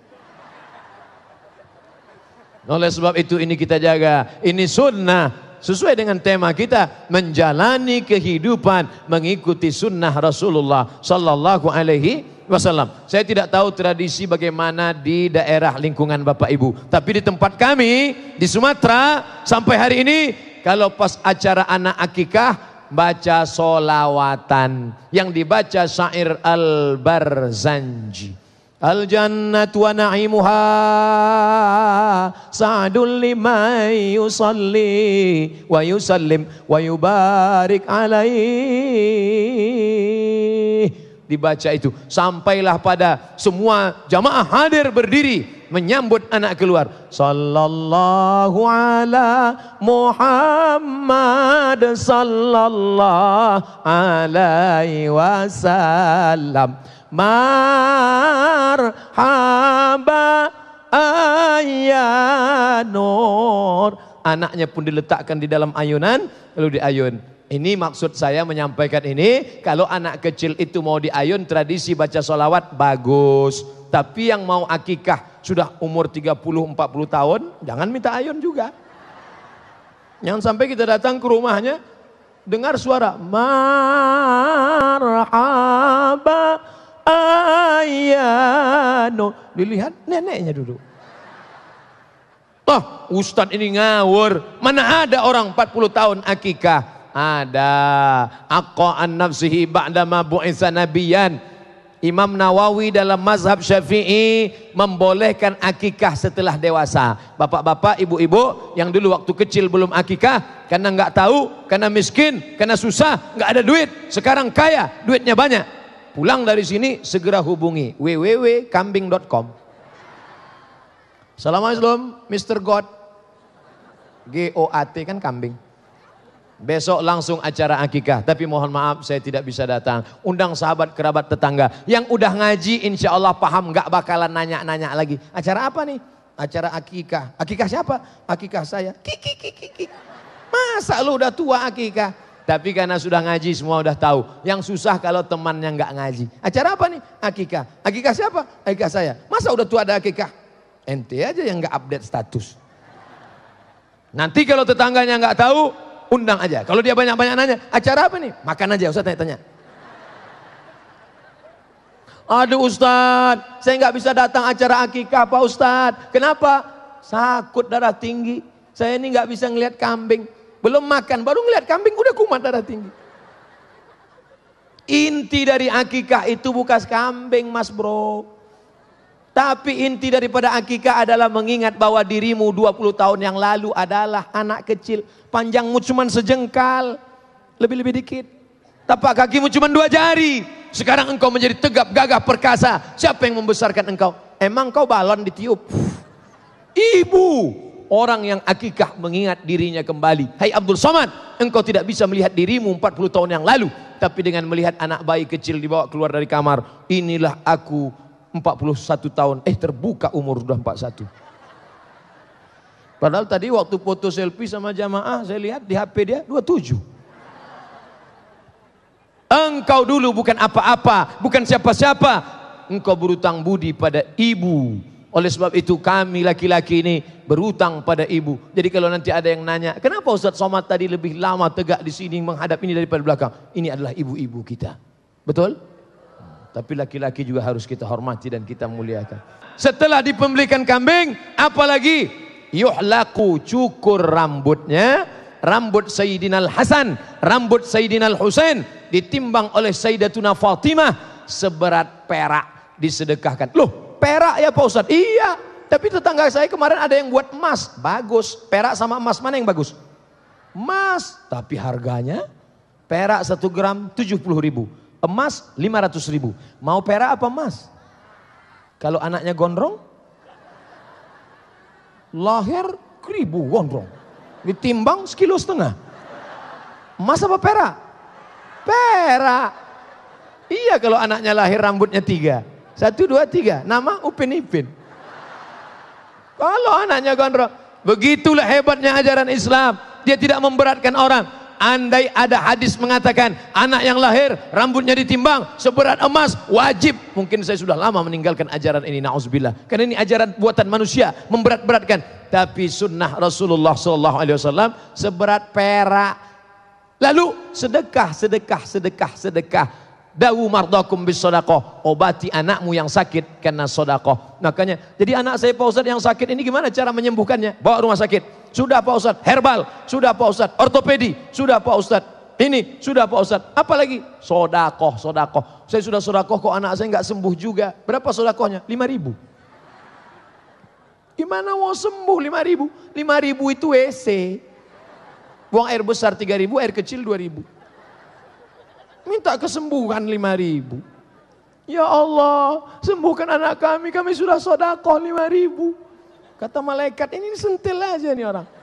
oleh sebab itu ini kita jaga. Ini sunnah sesuai dengan tema kita, menjalani kehidupan mengikuti sunnah Rasulullah Sallallahu Alaihi Wasallam. Saya tidak tahu tradisi bagaimana di daerah lingkungan Bapak Ibu, tapi di tempat kami di Sumatera sampai hari ini kalau pas acara anak akikah baca solawatan yang dibaca syair Al-Barzanji. Al-jannatu wa na'imuha sa'dul liman yusalli wa yusallim wa yubarik alaihi. Dibaca itu sampailah pada semua jamaah hadir berdiri menyambut anak keluar. Sallallahu ala Muhammad sallallahu alaihi wasallam. Marhaba ayanur. Anaknya pun diletakkan di dalam ayunan lalu diayun. Ini maksud saya menyampaikan ini, kalau anak kecil itu mau diayun tradisi baca sholawat bagus, tapi yang mau akikah sudah umur 30-40 tahun jangan minta ayun juga. Jangan sampai kita datang ke rumahnya, dengar suara marhaba ayano. Dilihat neneknya duduk. Oh, Ustadz ini ngawur. Mana ada orang 40 tahun akikah? Ada. Aqa'an nafsihi ba'dama bu'itsa nabiyan. Imam Nawawi dalam mazhab Syafi'i membolehkan akikah setelah dewasa. Bapak-bapak, ibu-ibu yang dulu waktu kecil belum akikah karena nggak tahu, karena miskin, karena susah, nggak ada duit. Sekarang kaya, duitnya banyak. Pulang dari sini segera hubungi www.kambing.com. Assalamualaikum Mr. God. GOAT kan kambing. Besok langsung acara akikah, tapi mohon maaf saya tidak bisa datang. Undang sahabat, kerabat, tetangga. Yang udah ngaji insya Allah paham, gak bakalan nanya-nanya lagi. Acara apa nih? Acara akikah. Akikah siapa? Akikah saya. Kiki. Masa lu udah tua akikah? Tapi karena sudah ngaji semua udah tahu. Yang susah kalau temannya gak ngaji. Acara apa nih? Akikah. Akikah siapa? Akikah saya. Masa udah tua ada akikah? Ente aja yang gak update status. Nanti kalau tetangganya gak tahu, undang aja. Kalau dia banyak-banyak nanya, acara apa nih? Makan aja, Ustaz tanya-tanya. Aduh Ustaz, saya nggak bisa datang acara akikah Pak Ustaz. Kenapa? Sakut darah tinggi. Saya ini nggak bisa ngelihat kambing. Belum makan, baru ngelihat kambing udah kumat darah tinggi. Inti dari akikah itu bukan kambing Mas Bro. Tapi inti daripada akikah adalah mengingat bahwa dirimu 20 tahun yang lalu adalah anak kecil. Panjangmu cuma sejengkal, lebih-lebih dikit. Tapak kakimu cuma 2 jari. Sekarang engkau menjadi tegap, gagah, perkasa. Siapa yang membesarkan engkau? Emang kau balon ditiup? Ibu. Orang yang akikah mengingat dirinya kembali. Hai Abdul Somad, engkau tidak bisa melihat dirimu 40 tahun yang lalu. Tapi dengan melihat anak bayi kecil dibawa keluar dari kamar. Inilah aku 41 tahun. Terbuka umur sudah 41. Padahal tadi waktu foto selfie sama jamaah saya lihat di HP dia 27. Engkau dulu bukan apa-apa, bukan siapa-siapa. Engkau berutang budi pada ibu. Oleh sebab itu kami laki-laki ini berutang pada ibu. Jadi kalau nanti ada yang nanya, kenapa Ustaz Somad tadi lebih lama tegak di sini menghadap ini daripada belakang? Ini adalah ibu-ibu kita. Betul? Tapi laki-laki juga harus kita hormati dan kita muliakan. Setelah dipembelikan kambing, apalagi? Yuhlaku, cukur rambutnya, rambut Sayyidina Al-Hasan, rambut Sayyidina Al-Husain ditimbang oleh Sayyidatuna Fatimah seberat perak disedekahkan. Loh, perak ya Pak Ustadz? Iya, tapi tetangga saya kemarin ada yang buat emas, bagus. Perak sama emas mana yang bagus? Emas, tapi harganya perak 1 gram 70.000, emas 500.000. Mau perak apa emas? Kalau anaknya gondrong? Lahir 1.000 gondrong, ditimbang 1,5 kilo. Emas apa perak? Perak. Iya, kalau anaknya lahir rambutnya 3, 1, 2, 3, nama Upin Ipin. Kalau anaknya gondrong, begitulah hebatnya ajaran Islam. Dia tidak memberatkan orang. Andai ada hadis mengatakan anak yang lahir rambutnya ditimbang seberat emas, wajib. Mungkin saya sudah lama meninggalkan ajaran ini, na'udzubillah. Karena ini ajaran buatan manusia, memberat-beratkan. Tapi sunnah Rasulullah SAW seberat perak. Lalu sedekah. Dawu mardakum bis sodakoh, obati anakmu yang sakit karena sodakoh. Makanya, jadi anak saya Pak Ustadz yang sakit ini gimana cara menyembuhkannya? Bawa rumah sakit. Sudah Pak Ustadz, herbal. Sudah Pak Ustadz, ortopedi. Sudah Pak Ustadz, ini. Sudah Pak Ustadz. Apalagi? Sodakoh. Saya sudah sodakoh kok anak saya nggak sembuh juga. Berapa sodakohnya? 5.000. Gimana mau sembuh 5.000? 5.000 itu WC. Buang air besar 3.000, air kecil 2.000. Minta kesembuhan 5.000. Ya Allah, sembuhkan anak kami sudah sodakoh 5.000. Kata malaikat, ini sentil aja nih orang.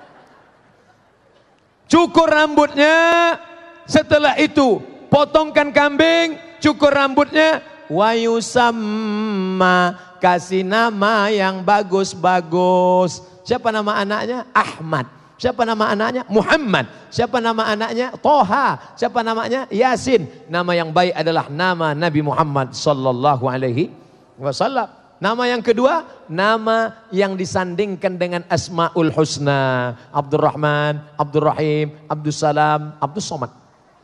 Cukur rambutnya, setelah itu potongkan kambing, cukur rambutnya, wa yusamma, kasih nama yang bagus-bagus. Siapa nama anaknya? Ahmad. Siapa nama anaknya? Muhammad. Siapa nama anaknya? Toha. Siapa namanya? Yasin. Nama yang baik adalah nama Nabi Muhammad sallallahu alaihi wasallam. Nama yang kedua, nama yang disandingkan dengan Asmaul Husna. Abdurrahman, Abdurrahim, Abdussalam, Abdussamad.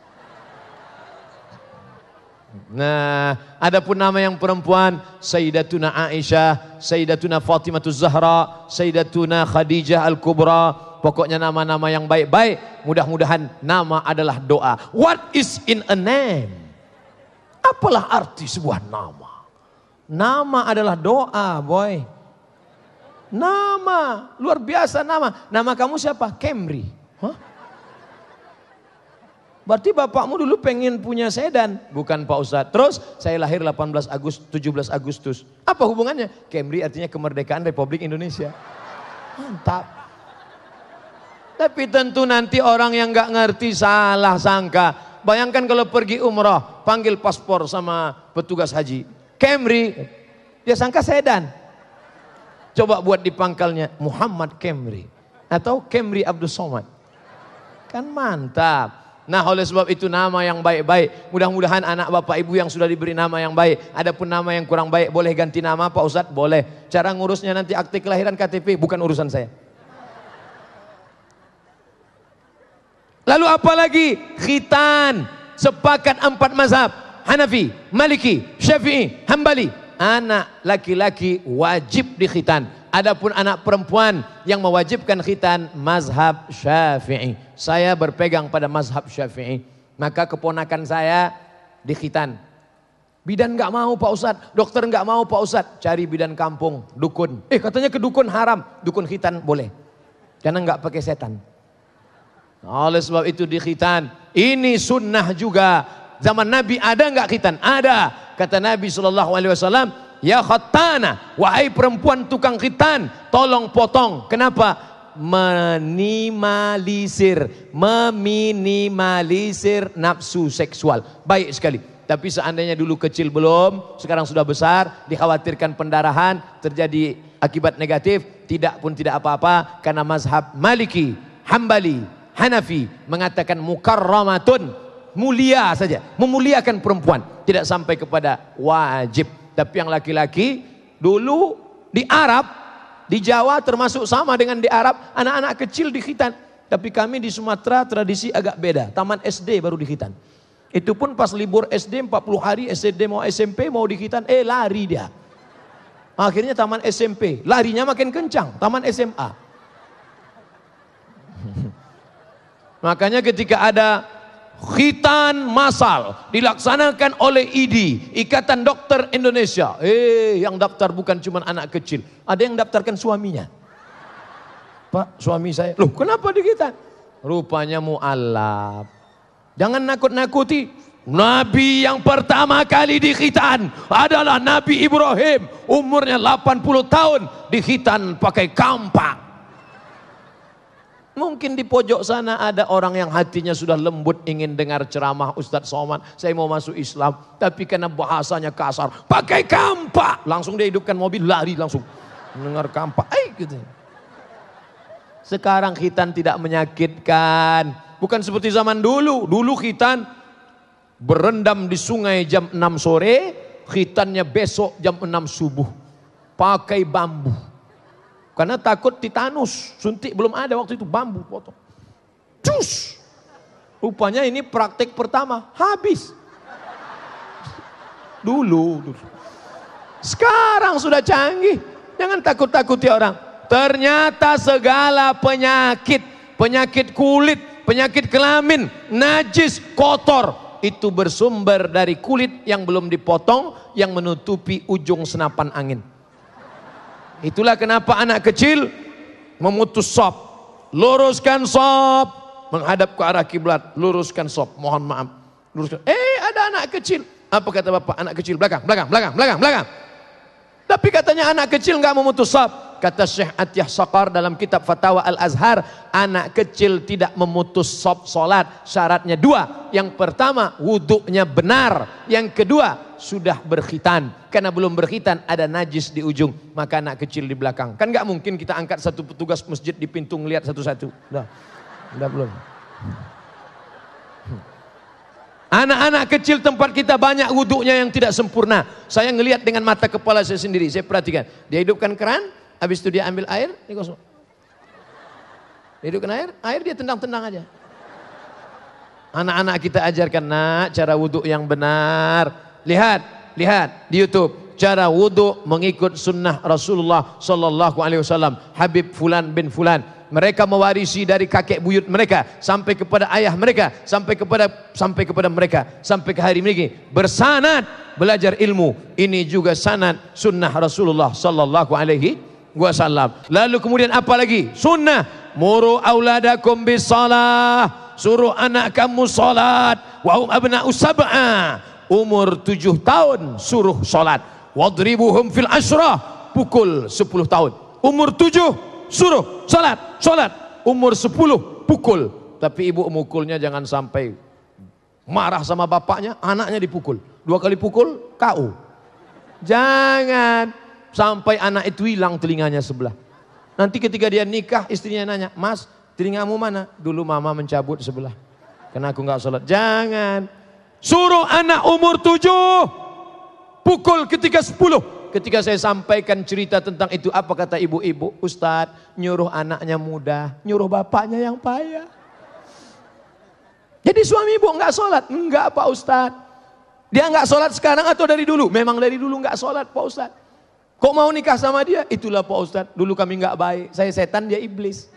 Nah, adapun nama yang perempuan, Sayyidatuna Aisyah, Sayyidatuna Fatimatuz Zahra, Sayyidatuna Khadijah Al-Kubra. Pokoknya nama-nama yang baik-baik. Mudah-mudahan nama adalah doa. What is in a name? Apalah arti sebuah nama? Nama adalah doa, boy. Nama, luar biasa nama. Nama kamu siapa? Camry. Hah? Berarti bapakmu dulu pengen punya sedan. Bukan Pak Ustadz. Terus saya lahir 17 Agustus. Apa hubungannya? Camry artinya kemerdekaan Republik Indonesia. Mantap. Tapi tentu nanti orang yang gak ngerti salah sangka. Bayangkan kalau pergi umrah, panggil paspor sama petugas haji. Camry, dia sangka sedan. Coba buat di pangkalnya Muhammad Camry atau Camry Abdul Somad. Kan mantap. Nah, oleh sebab itu nama yang baik-baik. Mudah-mudahan anak bapak ibu yang sudah diberi nama yang baik. Adapun nama yang kurang baik boleh ganti nama Pak Ustadz? Boleh. Cara ngurusnya nanti akte kelahiran KTP bukan urusan saya. Lalu apa lagi? Khitan. Sepakat 4 mazhab. Hanafi, Maliki, Syafi'i, Hambali. Anak laki-laki wajib dikhitan. Adapun anak perempuan yang mewajibkan khitan mazhab Syafi'i. Saya berpegang pada mazhab Syafi'i. Maka keponakan saya dikhitan. Bidan nggak mau Pak Ustadz, dokter nggak mau Pak Ustadz. Cari bidan kampung, dukun. Katanya ke dukun haram, dukun khitan boleh. Karena nggak pakai setan. Oleh sebab itu dikhitan. Ini sunnah juga. Zaman Nabi ada nggak khitan? Ada. Kata Nabi SAW, ya khattana, wahai perempuan tukang khitan, tolong potong. Kenapa? Meminimalisir nafsu seksual. Baik sekali. Tapi seandainya dulu kecil belum, sekarang sudah besar, dikhawatirkan pendarahan, terjadi akibat negatif, tidak pun tidak apa-apa. Karena mazhab Maliki, Hambali, Hanafi mengatakan mukarramatun, mulia saja, memuliakan perempuan, tidak sampai kepada wajib. Tapi yang laki-laki dulu di Arab, di Jawa termasuk sama dengan di Arab, anak-anak kecil dikhitan. Tapi kami di Sumatera tradisi agak beda, taman SD baru dikhitan. Itu pun pas libur SD 40 hari, SD mau SMP mau dikhitan, lari dia. Akhirnya taman SMP, larinya makin kencang, taman SMA. Makanya ketika ada khitan massal dilaksanakan oleh IDI, Ikatan Dokter Indonesia. Yang daftar bukan cuma anak kecil, ada yang daftarkan suaminya. Pak, suami saya. Loh, kenapa dikhitan? Rupanya mu'alaf. Jangan nakut-nakuti. Nabi yang pertama kali dikhitan adalah Nabi Ibrahim. Umurnya 80 tahun, dikhitan pakai kampak. Mungkin di pojok sana ada orang yang hatinya sudah lembut ingin dengar ceramah Ustadz Somad. Saya mau masuk Islam. Tapi karena bahasanya kasar. Pakai kampak. Langsung dia hidupkan mobil, lari langsung. Mendengar kampak. Gitu. Sekarang khitan tidak menyakitkan. Bukan seperti zaman dulu. Dulu khitan berendam di sungai jam 6 sore. Khitannya besok jam 6 subuh. Pakai bambu. Karena takut titanus, suntik belum ada waktu itu, bambu potong. Cus! Rupanya ini praktek pertama, habis. Dulu. Sekarang sudah canggih, jangan takut-takuti orang. Ternyata segala penyakit, penyakit kulit, penyakit kelamin, najis, kotor, itu bersumber dari kulit yang belum dipotong, yang menutupi ujung senapan angin. Itulah kenapa anak kecil memutus sop. Luruskan sop, menghadap ke arah kiblat. Luruskan sop, mohon maaf. Luruskan. Ada anak kecil. Apa kata bapak? Anak kecil belakang. Tapi katanya anak kecil nggak memutus sop. Kata Syekh Atiyah Saqar dalam kitab Fatawa Al-Azhar, anak kecil tidak memutus sop solat. Syaratnya 2. Yang pertama, wuduknya benar. Yang kedua, sudah berkhitan. Karena belum berkhitan ada najis di ujung, maka anak kecil di belakang. Kan nggak mungkin kita angkat satu petugas masjid di pintu ngelihat satu-satu. Udah belum. Anak-anak kecil tempat kita banyak wuduknya yang tidak sempurna. Saya ngelihat dengan mata kepala saya sendiri. Saya perhatikan. Dia hidupkan keran, habis itu dia ambil air, ini kosong. Dia hidupkan air dia tendang-tendang aja. Anak-anak kita ajarkan, nak, cara wuduk yang benar. Lihat di YouTube. Cara wuduk mengikut sunnah Rasulullah Sallallahu Alaihi Wasallam. Habib Fulan bin Fulan. Mereka mewarisi dari kakek buyut mereka sampai kepada ayah mereka, sampai kepada mereka, sampai ke hari ini bersanad belajar ilmu. Ini juga sanad sunnah Rasulullah Sallallahu Alaihi Wasallam. Lalu kemudian apa lagi? Sunnah, muru auladakum bis salah, suruh anak kamu salat. Wa hum abna'u sab'a, umur 7 tahun suruh salat. Wadribuhum fil ashrah, pukul 10 tahun. Umur 7 suruh salat, umur 10 pukul. Tapi ibu mukulnya jangan sampai marah sama bapaknya, anaknya dipukul. 2 kali pukul, KO. Jangan sampai anak itu hilang telinganya sebelah. Nanti ketika dia nikah, istrinya nanya, "Mas, telingamu mana?" "Dulu mama mencabut sebelah, karena aku nggak sholat." Jangan. Suruh anak umur 7 pukul ketika 10. Ketika saya sampaikan cerita tentang itu, apa kata ibu-ibu? "Ustadz, nyuruh anaknya mudah, nyuruh bapaknya yang payah." Jadi suami ibu enggak sholat? Enggak, Pak Ustadz. Dia enggak sholat sekarang atau dari dulu? Memang dari dulu enggak sholat, Pak Ustadz. Kok mau nikah sama dia? Itulah Pak Ustadz, dulu kami enggak baik. Saya setan, dia iblis.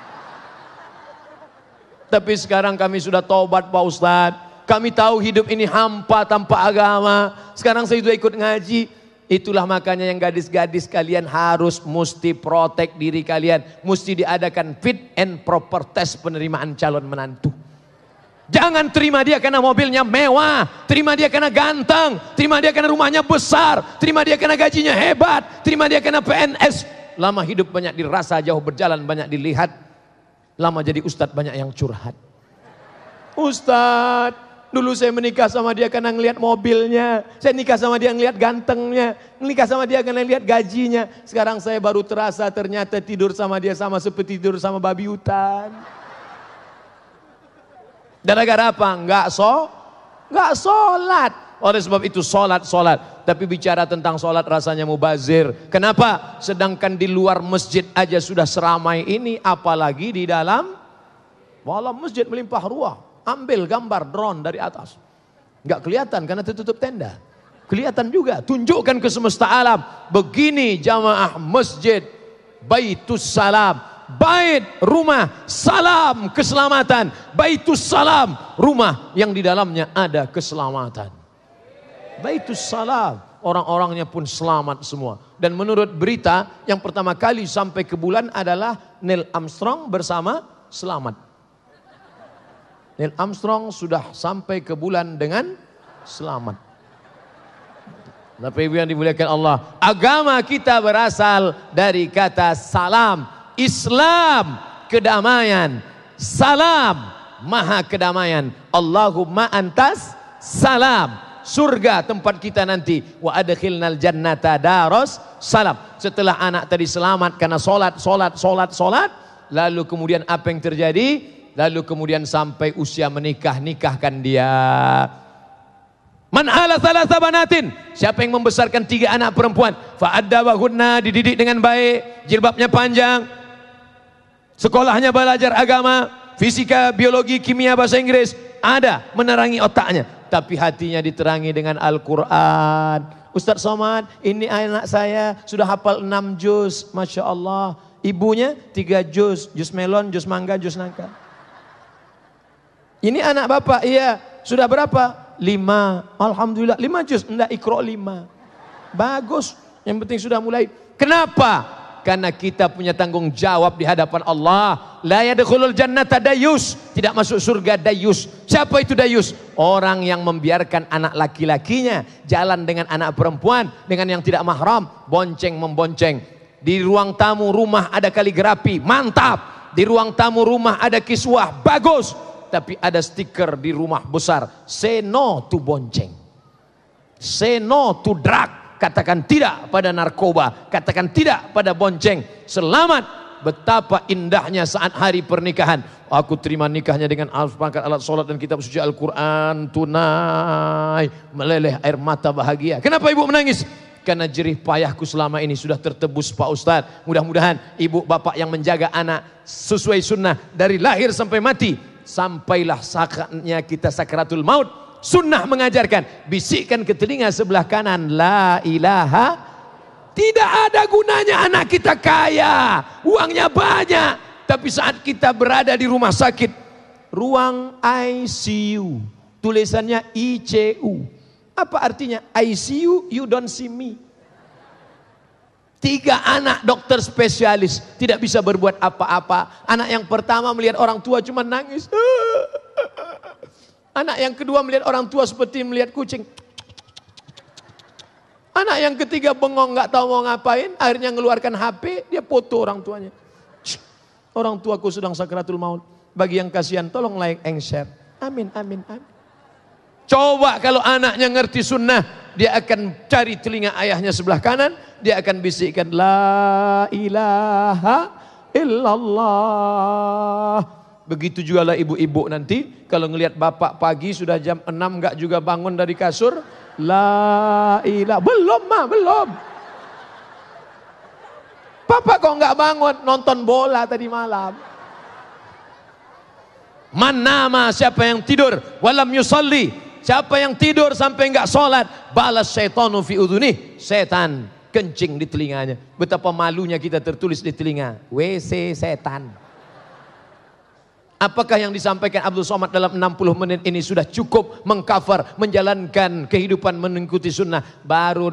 Tapi sekarang kami sudah taubat, Pak Ustadz. Kami tahu hidup ini hampa tanpa agama. Sekarang saya sudah ikut ngaji. Itulah makanya yang gadis-gadis kalian harus mesti protek diri kalian. Mesti diadakan fit and proper test penerimaan calon menantu. Jangan terima dia karena mobilnya mewah, terima dia karena ganteng, terima dia karena rumahnya besar, terima dia karena gajinya hebat, terima dia karena PNS. Lama hidup banyak dirasa, jauh berjalan banyak dilihat. Lama jadi ustadz banyak yang curhat. "Ustadz, dulu saya menikah sama dia karena ngelihat mobilnya. Saya nikah sama dia ngelihat gantengnya. Nikah sama dia karena ngelihat gajinya. Sekarang saya baru terasa ternyata tidur sama dia sama seperti tidur sama babi hutan." Gara-gara apa? Enggak sholat. Oleh sebab itu sholat. Tapi bicara tentang sholat rasanya mubazir. Kenapa? Sedangkan di luar masjid aja sudah seramai ini. Apalagi di dalam masjid melimpah ruah. Ambil gambar drone dari atas. Enggak kelihatan karena tertutup tenda. Kelihatan juga. Tunjukkan ke semesta alam. Begini jamaah masjid. Baitus salam. Bait, rumah, salam, keselamatan. Baitus salam, rumah yang di dalamnya ada keselamatan. Baitus salam, orang-orangnya pun selamat semua. Dan menurut berita, yang pertama kali sampai ke bulan adalah Neil Armstrong bersama selamat. Neil Armstrong sudah sampai ke bulan dengan selamat. Tapi ibu yang dimuliakan Allah, agama kita berasal dari kata salam. Islam, kedamaian. Salam, maha kedamaian. Allahumma antas salam. Surga tempat kita nanti. Wa adkhilnal jannata daros salam. Setelah anak tadi selamat karena solat. Lalu kemudian apa yang terjadi? Lalu kemudian sampai usia menikah, nikahkan dia. Man ala thalatha banatin, siapa yang membesarkan 3 anak perempuan, fa'addabahunna, dididik dengan baik, jilbabnya panjang, sekolahnya belajar agama, fisika, biologi, kimia, bahasa Inggris, ada menerangi otaknya, tapi hatinya diterangi dengan Al-Quran. Ustaz Somad, ini anak saya sudah hafal 6 juz, Masya Allah. Ibunya 3 juz, juz melon, juz mangga, juz nangka. Ini anak bapak, iya, sudah berapa? 5, Alhamdulillah, 5 juz, enggak Iqra 5. Bagus, yang penting sudah mulai. Kenapa? Karena kita punya tanggung jawab di hadapan Allah. La yadkhulul jannata dayus, tidak masuk surga dayus. Siapa itu dayus? Orang yang membiarkan anak laki-lakinya jalan dengan anak perempuan, dengan yang tidak mahram, bonceng membonceng. Di ruang tamu rumah ada kaligrafi, mantap. Di ruang tamu rumah ada kiswah, bagus. Tapi ada stiker di rumah besar, say no to bonceng, say no to drug. Katakan tidak pada narkoba, katakan tidak pada bonceng. Selamat betapa indahnya saat hari pernikahan. Aku terima nikahnya dengan perangkat alat sholat dan kitab suci Al-Quran tunai, meleleh air mata bahagia. Kenapa ibu menangis? Karena jerih payahku selama ini sudah tertebus Pak Ustadz. Mudah-mudahan ibu bapak yang menjaga anak sesuai sunnah dari lahir sampai mati, sampailah saatnya kita sakaratul maut. Sunnah mengajarkan, bisikkan ke telinga sebelah kanan, la ilaha. Tidak ada gunanya anak kita kaya, uangnya banyak, tapi saat kita berada di rumah sakit, ruang ICU, tulisannya ICU. Apa artinya? ICU, you don't see me. 3 anak dokter spesialis tidak bisa berbuat apa-apa. Anak yang pertama melihat orang tua cuma nangis. Anak yang kedua melihat orang tua seperti melihat kucing. Anak yang ketiga bengong, nggak tahu mau ngapain, akhirnya ngeluarkan HP, dia foto orang tuanya. Orang tuaku sedang sakaratul maut. Bagi yang kasihan, tolong like and share. Amin, amin, amin. Coba kalau anaknya ngerti sunnah, dia akan cari telinga ayahnya sebelah kanan, dia akan bisikkan la ilaha illallah. Begitu juga lah ibu-ibu nanti, kalau ngelihat bapak pagi sudah jam 6 nggak juga bangun dari kasur, la ilaha, belum mah, belum. Papa kok nggak bangun, nonton bola tadi malam. Man nama, siapa yang tidur, walam yusalli, siapa yang tidur sampai nggak sholat, balas syaitanu fi udhunih, setan kencing di telinganya. Betapa malunya kita tertulis di telinga, WC setan. Apakah yang disampaikan Abdul Somad dalam 60 menit ini sudah cukup mengcover menjalankan kehidupan mengikuti sunnah? Baru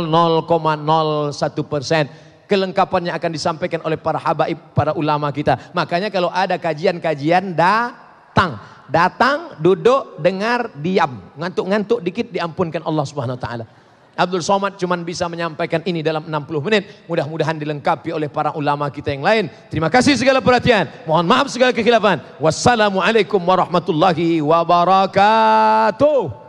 0,01%. Kelengkapannya akan disampaikan oleh para habaib, para ulama kita. Makanya kalau ada kajian-kajian, datang, duduk, dengar, diam. Ngantuk-ngantuk dikit diampunkan Allah Subhanahu wa taala. Abdul Somad cuma bisa menyampaikan ini dalam 60 menit. Mudah-mudahan dilengkapi oleh para ulama kita yang lain. Terima kasih segala perhatian. Mohon maaf segala kekhilafan. Wassalamualaikum warahmatullahi wabarakatuh.